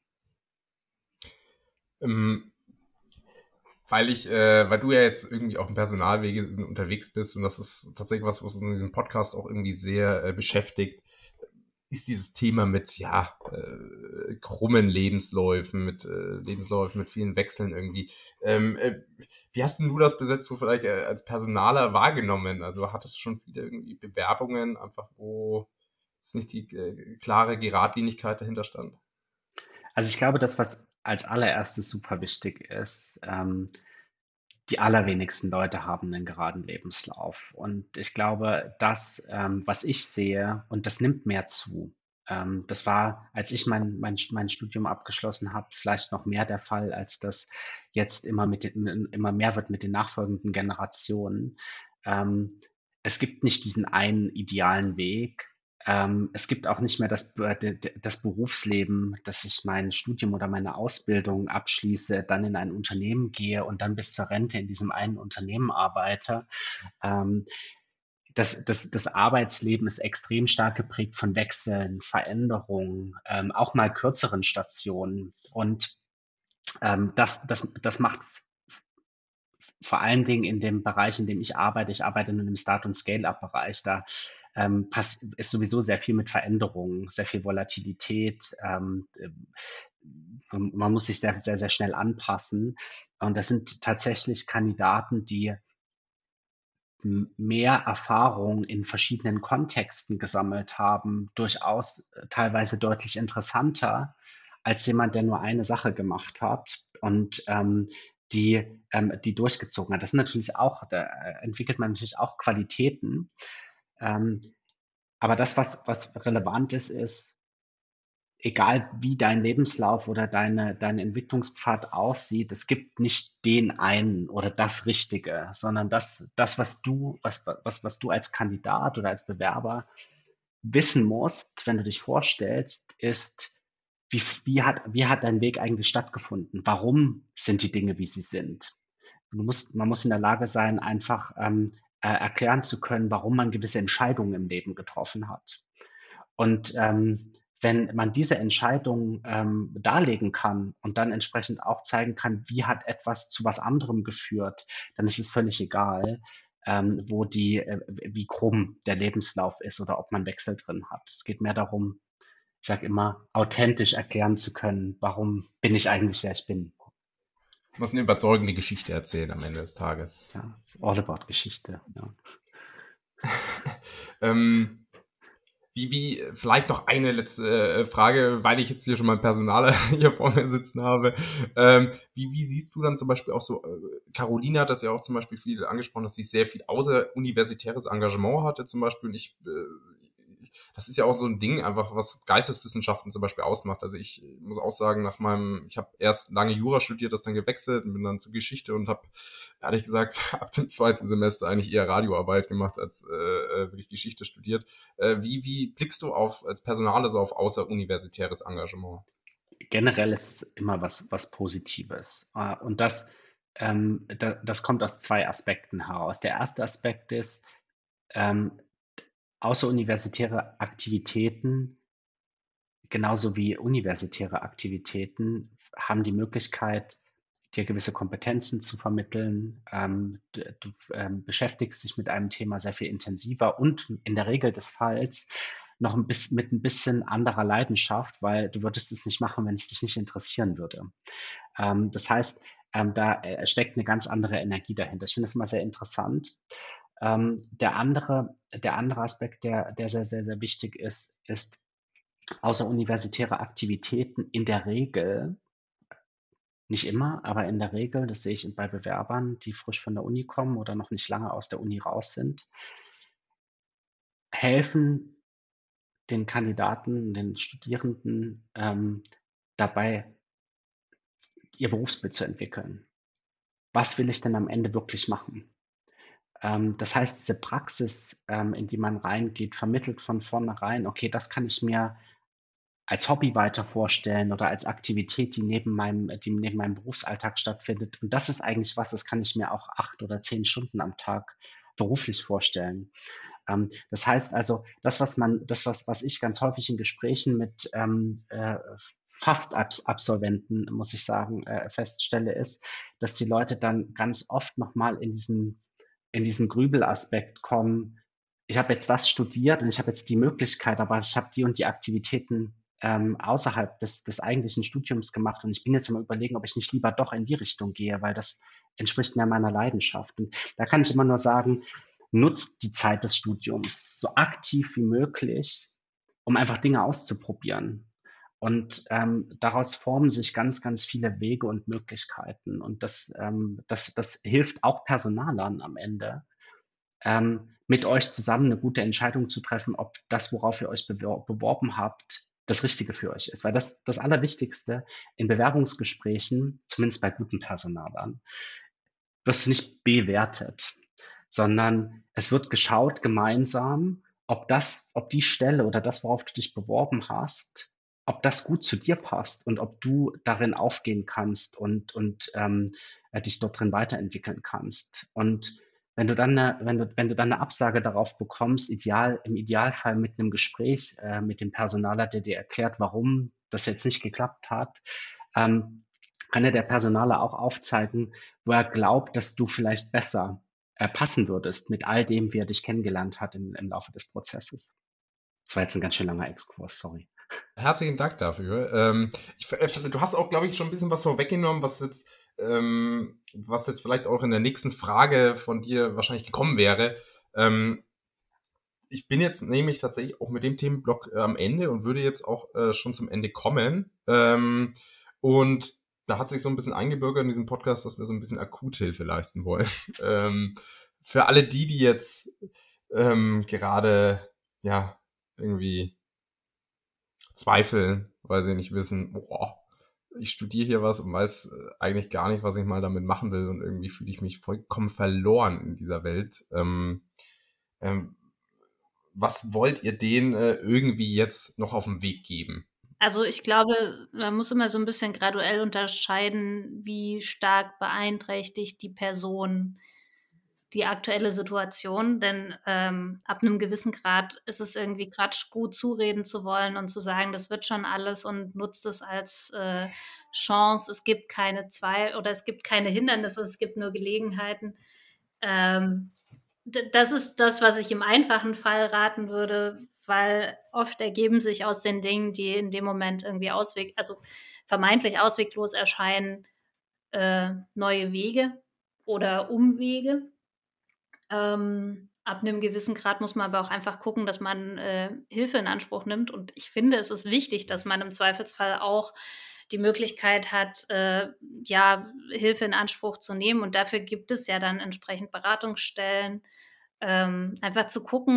Ähm, weil ich, äh, weil du ja jetzt irgendwie auch im Personalwesen unterwegs bist und das ist tatsächlich was, was uns in diesem Podcast auch irgendwie sehr äh, beschäftigt, ist dieses Thema mit, ja, äh, krummen Lebensläufen, mit äh, Lebensläufen, mit vielen Wechseln irgendwie. Ähm, äh, wie hast denn du das bis jetzt so vielleicht äh, als Personaler wahrgenommen? Also hattest du schon viele irgendwie Bewerbungen, einfach wo jetzt nicht die äh, klare Geradlinigkeit dahinter stand? Also ich glaube, das, was als allererstes super wichtig ist, ähm, die allerwenigsten Leute haben einen geraden Lebenslauf. Und ich glaube, das, ähm, was ich sehe, und das nimmt mehr zu. Ähm, das war, als ich mein, mein, mein Studium abgeschlossen habe, vielleicht noch mehr der Fall, als das jetzt immer, mit den, immer mehr wird mit den nachfolgenden Generationen. Ähm, es gibt nicht diesen einen idealen Weg. Ähm, es gibt auch nicht mehr das, das Berufsleben, dass ich mein Studium oder meine Ausbildung abschließe, dann in ein Unternehmen gehe und dann bis zur Rente in diesem einen Unternehmen arbeite. Ähm, das, das, das Arbeitsleben ist extrem stark geprägt von Wechseln, Veränderungen, ähm, auch mal kürzeren Stationen. Und ähm, das, das, das macht vor allen Dingen in dem Bereich, in dem ich arbeite, ich arbeite in einem Start- und Scale-up-Bereich, da ähm, pass, ist sowieso sehr viel mit Veränderungen, sehr viel Volatilität. Ähm, man muss sich sehr, sehr, sehr schnell anpassen. Und das sind tatsächlich Kandidaten, die mehr Erfahrung in verschiedenen Kontexten gesammelt haben, durchaus teilweise deutlich interessanter als jemand, der nur eine Sache gemacht hat und ähm, die, ähm, die durchgezogen hat. Das sind natürlich auch, da entwickelt man natürlich auch Qualitäten. Ähm, aber das, was, was relevant ist, ist, egal wie dein Lebenslauf oder deine, dein Entwicklungspfad aussieht, es gibt nicht den einen oder das Richtige, sondern das, das was du, was, was, was du als Kandidat oder als Bewerber wissen musst, wenn du dich vorstellst, ist, wie, wie, hat, wie hat dein Weg eigentlich stattgefunden? Warum sind die Dinge, wie sie sind? Du musst, man muss in der Lage sein, einfach ähm, äh, erklären zu können, warum man gewisse Entscheidungen im Leben getroffen hat. Und ähm, wenn man diese Entscheidung ähm, darlegen kann und dann entsprechend auch zeigen kann, wie hat etwas zu was anderem geführt, dann ist es völlig egal, ähm, wo die, äh, wie krumm der Lebenslauf ist oder ob man Wechsel drin hat. Es geht mehr darum, ich sage immer, authentisch erklären zu können, warum bin ich eigentlich, wer ich bin. Du musst eine überzeugende Geschichte erzählen am Ende des Tages. Ja, it's all about Geschichte. Ja. ähm, Wie, wie, vielleicht noch eine letzte Frage, weil ich jetzt hier schon mal Personaler hier vor mir sitzen habe. Ähm, wie, wie siehst du dann zum Beispiel auch so, äh, Caroline hat das ja auch zum Beispiel viel angesprochen, dass sie sehr viel außeruniversitäres Engagement hatte zum Beispiel. Und ich, äh, das ist ja auch so ein Ding einfach, was Geisteswissenschaften zum Beispiel ausmacht. Also ich muss auch sagen, nach meinem, ich habe erst lange Jura studiert, das dann gewechselt und bin dann zur Geschichte und habe, ehrlich gesagt, ab dem zweiten Semester eigentlich eher Radioarbeit gemacht, als äh, wirklich Geschichte studiert. Äh, wie, wie blickst du auf als Personaler so auf außeruniversitäres Engagement? Generell ist es immer was, was Positives. Äh, Und das, ähm, da, das kommt aus zwei Aspekten heraus. Der erste Aspekt ist, ähm, außeruniversitäre Aktivitäten, genauso wie universitäre Aktivitäten, haben die Möglichkeit, dir gewisse Kompetenzen zu vermitteln. Ähm, du du ähm, beschäftigst dich mit einem Thema sehr viel intensiver und in der Regel des Falls noch ein bisschen mit ein bisschen anderer Leidenschaft, weil du würdest es nicht machen, wenn es dich nicht interessieren würde. Ähm, das heißt, ähm, da äh, steckt eine ganz andere Energie dahinter. Ich finde das immer sehr interessant. Ähm, der andere der andere Aspekt, der der sehr, sehr, sehr wichtig ist, ist außeruniversitäre Aktivitäten in der Regel, nicht immer, aber in der Regel, das sehe ich bei Bewerbern, die frisch von der Uni kommen oder noch nicht lange aus der Uni raus sind, helfen den Kandidaten, den Studierenden, ähm, dabei, ihr Berufsbild zu entwickeln. Was will ich denn am Ende wirklich machen? Ähm, das heißt, diese Praxis, ähm, in die man reingeht, vermittelt von vornherein: „Okay, das kann ich mir als Hobby weiter vorstellen oder als Aktivität, die neben meinem die neben meinem Berufsalltag stattfindet. Und das ist eigentlich was, das kann ich mir auch acht oder zehn Stunden am Tag beruflich vorstellen.“ Ähm, das heißt also, das, was man das, was was ich ganz häufig in Gesprächen mit, ähm, äh, Fast-Abs-Absolventen, muss ich sagen, äh, feststelle, ist, dass die Leute dann ganz oft noch mal in diesen in diesen Grübelaspekt kommen: „Ich habe jetzt das studiert und ich habe jetzt die Möglichkeit, aber ich habe die und die Aktivitäten, ähm, außerhalb des des eigentlichen Studiums gemacht und ich bin jetzt am Überlegen, ob ich nicht lieber doch in die Richtung gehe, weil das entspricht mehr meiner Leidenschaft.“ Und da kann ich immer nur sagen, nutzt die Zeit des Studiums so aktiv wie möglich, um einfach Dinge auszuprobieren. Und, ähm, daraus formen sich ganz, ganz viele Wege und Möglichkeiten. Und das, ähm das das hilft auch Personalern am Ende, ähm, mit euch zusammen eine gute Entscheidung zu treffen, ob das, worauf ihr euch bewor beworben habt, das Richtige für euch ist. Weil das das Allerwichtigste in Bewerbungsgesprächen, zumindest bei guten Personalern, wirst du nicht bewertet, sondern es wird geschaut gemeinsam, ob das ob die Stelle oder das, worauf du dich beworben hast, ob das gut zu dir passt und ob du darin aufgehen kannst und und, ähm, äh, dich dort drin weiterentwickeln kannst. Und wenn du dann 'ne wenn du wenn du dann 'ne Absage darauf bekommst, ideal im Idealfall mit 'nem Gespräch, äh, mit dem Personaler, der dir erklärt, warum das jetzt nicht geklappt hat, ähm, kann dir der Personaler auch aufzeigen, wo er glaubt, dass du vielleicht besser, äh, passen würdest mit all dem, wie er dich kennengelernt hat im im Laufe des Prozesses. Das war jetzt 'n ganz schön langer Exkurs, sorry. Herzlichen Dank dafür. Ähm, ich, äh, du hast auch, glaube ich, schon ein bisschen was vorweggenommen, was jetzt, ähm, was jetzt vielleicht auch in der nächsten Frage von dir wahrscheinlich gekommen wäre. Ähm, ich bin jetzt nämlich tatsächlich auch mit dem Themenblock äh, am Ende und würde jetzt auch äh, schon zum Ende kommen. Ähm, und da hat sich so ein bisschen eingebürgert in diesem Podcast, dass wir so ein bisschen Akuthilfe leisten wollen. ähm, für alle die, die jetzt ähm, gerade ja irgendwie zweifeln, weil sie nicht wissen, boah, ich studiere hier was und weiß äh, eigentlich gar nicht, was ich mal damit machen will und irgendwie fühle ich mich vollkommen verloren in dieser Welt. Ähm, ähm, was wollt ihr denen äh, irgendwie jetzt noch auf den Weg geben? Also ich glaube, man muss immer so ein bisschen graduell unterscheiden, wie stark beeinträchtigt die Person die aktuelle Situation, denn ähm, ab einem gewissen Grad ist es irgendwie Quatsch, gut zureden zu wollen und zu sagen, das wird schon alles und nutzt es als äh, Chance. Es gibt keine zwei oder es gibt keine Hindernisse, es gibt nur Gelegenheiten. Ähm, d- das ist das, was ich im einfachen Fall raten würde, weil oft ergeben sich aus den Dingen, die in dem Moment irgendwie ausweg, also vermeintlich ausweglos erscheinen, äh, neue Wege oder Umwege. Ähm, ab einem gewissen Grad muss man aber auch einfach gucken, dass man äh, Hilfe in Anspruch nimmt. Und ich finde, es ist wichtig, dass man im Zweifelsfall auch die Möglichkeit hat, äh, ja, Hilfe in Anspruch zu nehmen. Und dafür gibt es ja dann entsprechend Beratungsstellen. Ähm, einfach zu gucken,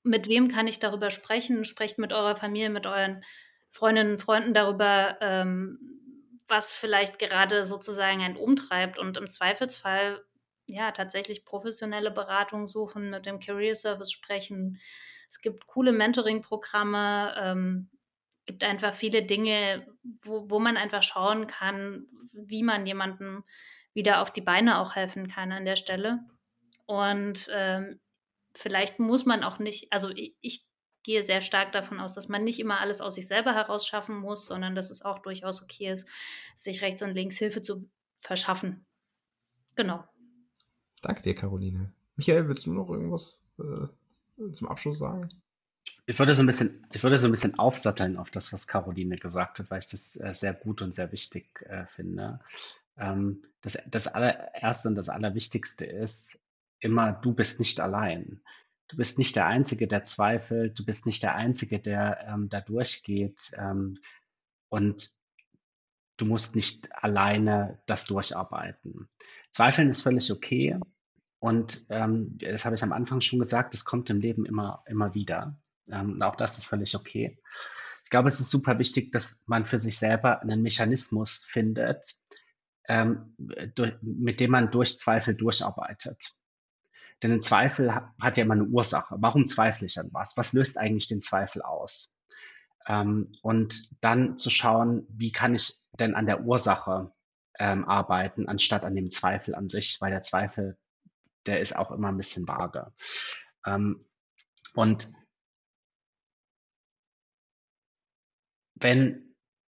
mit wem kann ich darüber sprechen? Sprecht mit eurer Familie, mit euren Freundinnen und Freunden darüber, ähm, was vielleicht gerade sozusagen einen umtreibt und im Zweifelsfall ja tatsächlich professionelle Beratung suchen, mit dem Career Service sprechen. Es gibt coole Mentoring-Programme, ähm, gibt einfach viele Dinge, wo, wo man einfach schauen kann, wie man jemandem wieder auf die Beine auch helfen kann an der Stelle. Und ähm, vielleicht muss man auch nicht, also ich, ich gehe sehr stark davon aus, dass man nicht immer alles aus sich selber heraus schaffen muss, sondern dass es auch durchaus okay ist, sich rechts und links Hilfe zu verschaffen. Genau. Danke dir, Caroline. Michael, willst du noch irgendwas äh, zum Abschluss sagen? Ich würde so ein bisschen, ich würde so ein bisschen aufsatteln auf das, was Caroline gesagt hat, weil ich das äh, sehr gut und sehr wichtig äh, finde. Ähm, das, das allererste und das Allerwichtigste ist immer, du bist nicht allein. Du bist nicht der Einzige, der zweifelt. Du bist nicht der Einzige, der ähm, da durchgeht. Ähm, und du musst nicht alleine das durcharbeiten. Zweifeln ist völlig okay. Und ähm, das habe ich am Anfang schon gesagt, das kommt im Leben immer, immer wieder. Ähm, und auch das ist völlig okay. Ich glaube, es ist super wichtig, dass man für sich selber einen Mechanismus findet, ähm, durch, mit dem man durch Zweifel durcharbeitet. Denn ein Zweifel hat, hat ja immer eine Ursache. Warum zweifle ich an was? Was löst eigentlich den Zweifel aus? Ähm, und dann zu schauen, wie kann ich denn an der Ursache ähm, arbeiten, anstatt an dem Zweifel an sich, weil der Zweifel, der ist auch immer ein bisschen vage. Ähm, und wenn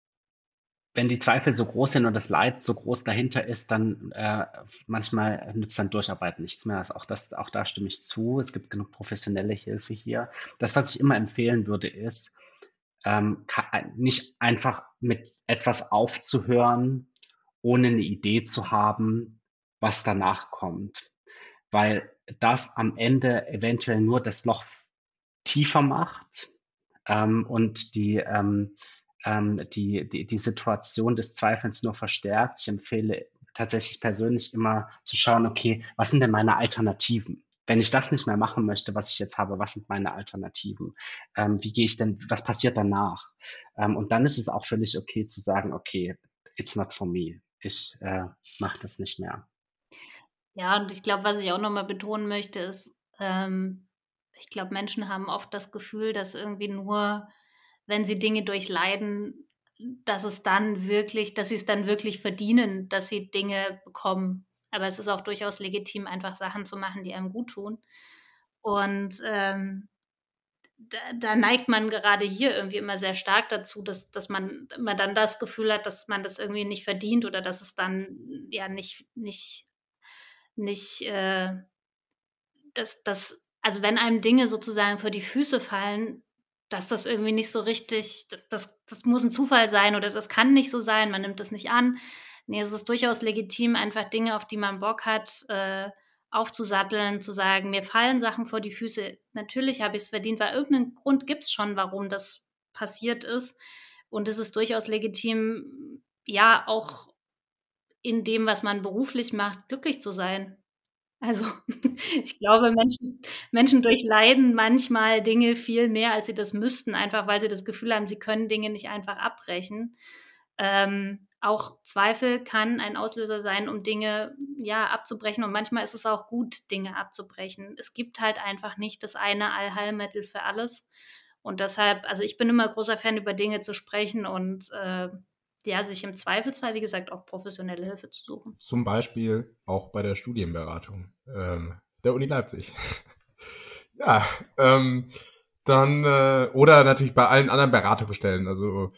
wenn die Zweifel so groß sind und das Leid so groß dahinter ist, dann äh, manchmal nützt dann Durcharbeiten nichts mehr. Also auch, das, auch da stimme ich zu. Es gibt genug professionelle Hilfe hier. Das, was ich immer empfehlen würde, ist, ähm, nicht einfach mit etwas aufzuhören, ohne eine Idee zu haben, was danach kommt. Weil das am Ende eventuell nur das Loch tiefer macht ähm, und die ähm, ähm, die, die, die Situation des Zweifelns nur verstärkt. Ich empfehle tatsächlich persönlich immer zu schauen, okay, was sind denn meine Alternativen? Wenn ich das nicht mehr machen möchte, was ich jetzt habe, was sind meine Alternativen? Ähm, wie gehe ich denn, was passiert danach? Ähm, und dann ist es auch völlig okay zu sagen, okay, it's not for me. Ich äh, mache das nicht mehr. Ja, und ich glaube, was ich auch nochmal betonen möchte, ist, ähm, ich glaube, Menschen haben oft das Gefühl, dass irgendwie nur, wenn sie Dinge durchleiden, dass es dann wirklich, dass sie es dann wirklich verdienen, dass sie Dinge bekommen. Aber es ist auch durchaus legitim, einfach Sachen zu machen, die einem gut tun. Und ähm, da, da neigt man gerade hier irgendwie immer sehr stark dazu, dass, dass man immer dann das Gefühl hat, dass man das irgendwie nicht verdient oder dass es dann ja nicht, nicht, nicht, äh, dass, dass, also wenn einem Dinge sozusagen vor die Füße fallen, dass das irgendwie nicht so richtig, das, das muss ein Zufall sein oder das kann nicht so sein, man nimmt das nicht an. Nee, es ist durchaus legitim, einfach Dinge, auf die man Bock hat, äh, aufzusatteln, zu sagen, mir fallen Sachen vor die Füße. Natürlich habe ich es verdient, weil irgendeinen Grund gibt es schon, warum das passiert ist. Und es ist durchaus legitim, ja, auch in dem, was man beruflich macht, glücklich zu sein. Also ich glaube, Menschen, Menschen durchleiden manchmal Dinge viel mehr, als sie das müssten, einfach weil sie das Gefühl haben, sie können Dinge nicht einfach abbrechen. Ähm, auch Zweifel kann ein Auslöser sein, um Dinge ja abzubrechen. Und manchmal ist es auch gut, Dinge abzubrechen. Es gibt halt einfach nicht das eine Allheilmittel für alles. Und deshalb, also ich bin immer großer Fan, über Dinge zu sprechen und äh, ja, sich im Zweifelsfall, wie gesagt, auch professionelle Hilfe zu suchen. Zum Beispiel auch bei der Studienberatung ähm, der Uni Leipzig. ja, ähm, dann, äh, oder natürlich bei allen anderen Beratungsstellen. Also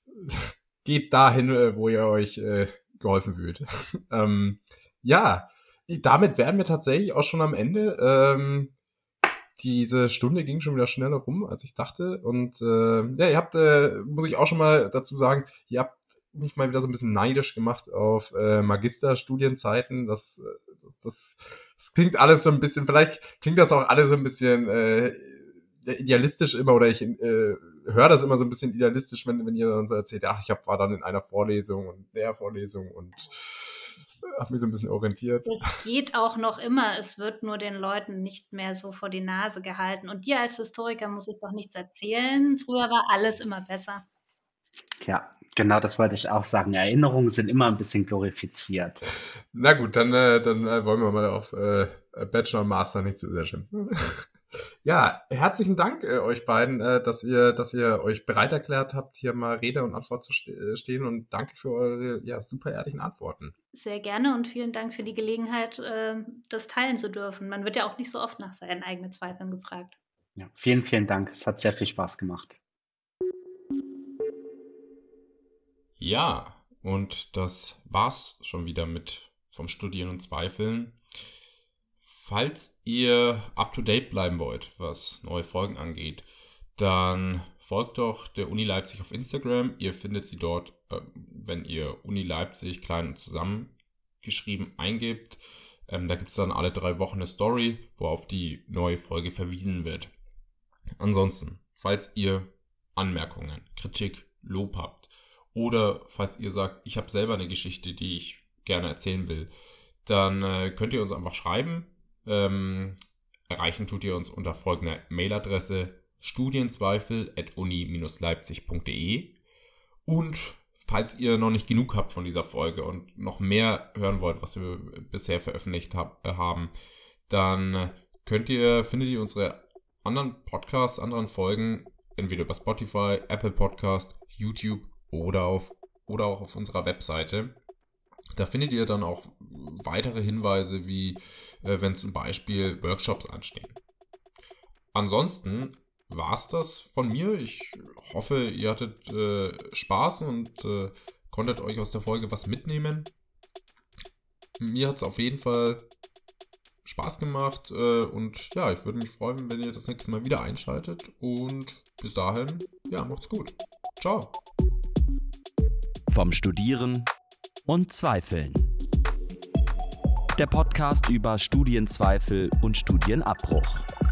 geht dahin, wo ihr euch äh, geholfen fühlt. ähm, ja, damit wären wir tatsächlich auch schon am Ende. Ähm, diese Stunde ging schon wieder schneller rum, als ich dachte. Und äh, ja, ihr habt, äh, muss ich auch schon mal dazu sagen, ihr habt mich mal wieder so ein bisschen neidisch gemacht auf äh, Magisterstudienzeiten. Das, das, das, das klingt alles so ein bisschen, vielleicht klingt das auch alles so ein bisschen äh, idealistisch immer, oder ich äh, höre das immer so ein bisschen idealistisch, wenn, wenn ihr dann so erzählt, ach, ich hab, war dann in einer Vorlesung und der Vorlesung und habe mich so ein bisschen orientiert. Es geht auch noch immer, es wird nur den Leuten nicht mehr so vor die Nase gehalten. Und dir als Historiker muss ich doch nichts erzählen. Früher war alles immer besser. Ja, genau das wollte ich auch sagen. Erinnerungen sind immer ein bisschen glorifiziert. Na gut, dann, äh, dann äh, wollen wir mal auf äh, Bachelor und Master nicht zu sehr schimpfen. Ja, herzlichen Dank äh, euch beiden, äh, dass ihr, dass ihr euch bereit erklärt habt, hier mal Rede und Antwort zu ste- stehen und danke für eure ja, super ehrlichen Antworten. Sehr gerne und vielen Dank für die Gelegenheit, äh, das teilen zu dürfen. Man wird ja auch nicht so oft nach seinen eigenen Zweifeln gefragt. Ja, vielen, vielen Dank. Es hat sehr viel Spaß gemacht. Ja, und das war's schon wieder mit vom Studieren und Zweifeln. Falls ihr up-to-date bleiben wollt, was neue Folgen angeht, dann folgt doch der Uni Leipzig auf Instagram. Ihr findet sie dort, äh, wenn ihr Uni Leipzig klein und zusammengeschrieben eingebt. Ähm, da gibt es dann alle drei Wochen eine Story, wo auf die neue Folge verwiesen wird. Ansonsten, falls ihr Anmerkungen, Kritik, Lob habt oder falls ihr sagt, ich habe selber eine Geschichte, die ich gerne erzählen will, dann äh, könnt ihr uns einfach schreiben. Ähm, erreichen tut ihr uns unter folgender Mailadresse studienzweifel at uni dash leipzig punkt de. Und falls ihr noch nicht genug habt von dieser Folge und noch mehr hören wollt, was wir bisher veröffentlicht hab, äh, haben, dann könnt ihr, findet ihr unsere anderen Podcasts, anderen Folgen entweder über Spotify, Apple Podcast, YouTube oder auf oder auch auf unserer Webseite. Da findet ihr dann auch weitere Hinweise, wie äh, wenn zum Beispiel Workshops anstehen. Ansonsten war es das von mir. Ich hoffe, ihr hattet äh, Spaß und äh, konntet euch aus der Folge was mitnehmen. Mir hat es auf jeden Fall Spaß gemacht äh, und ja, ich würde mich freuen, wenn ihr das nächste Mal wieder einschaltet und bis dahin, ja, macht's gut. Ciao. Vom Studieren und Zweifeln. Der Podcast über Studienzweifel und Studienabbruch.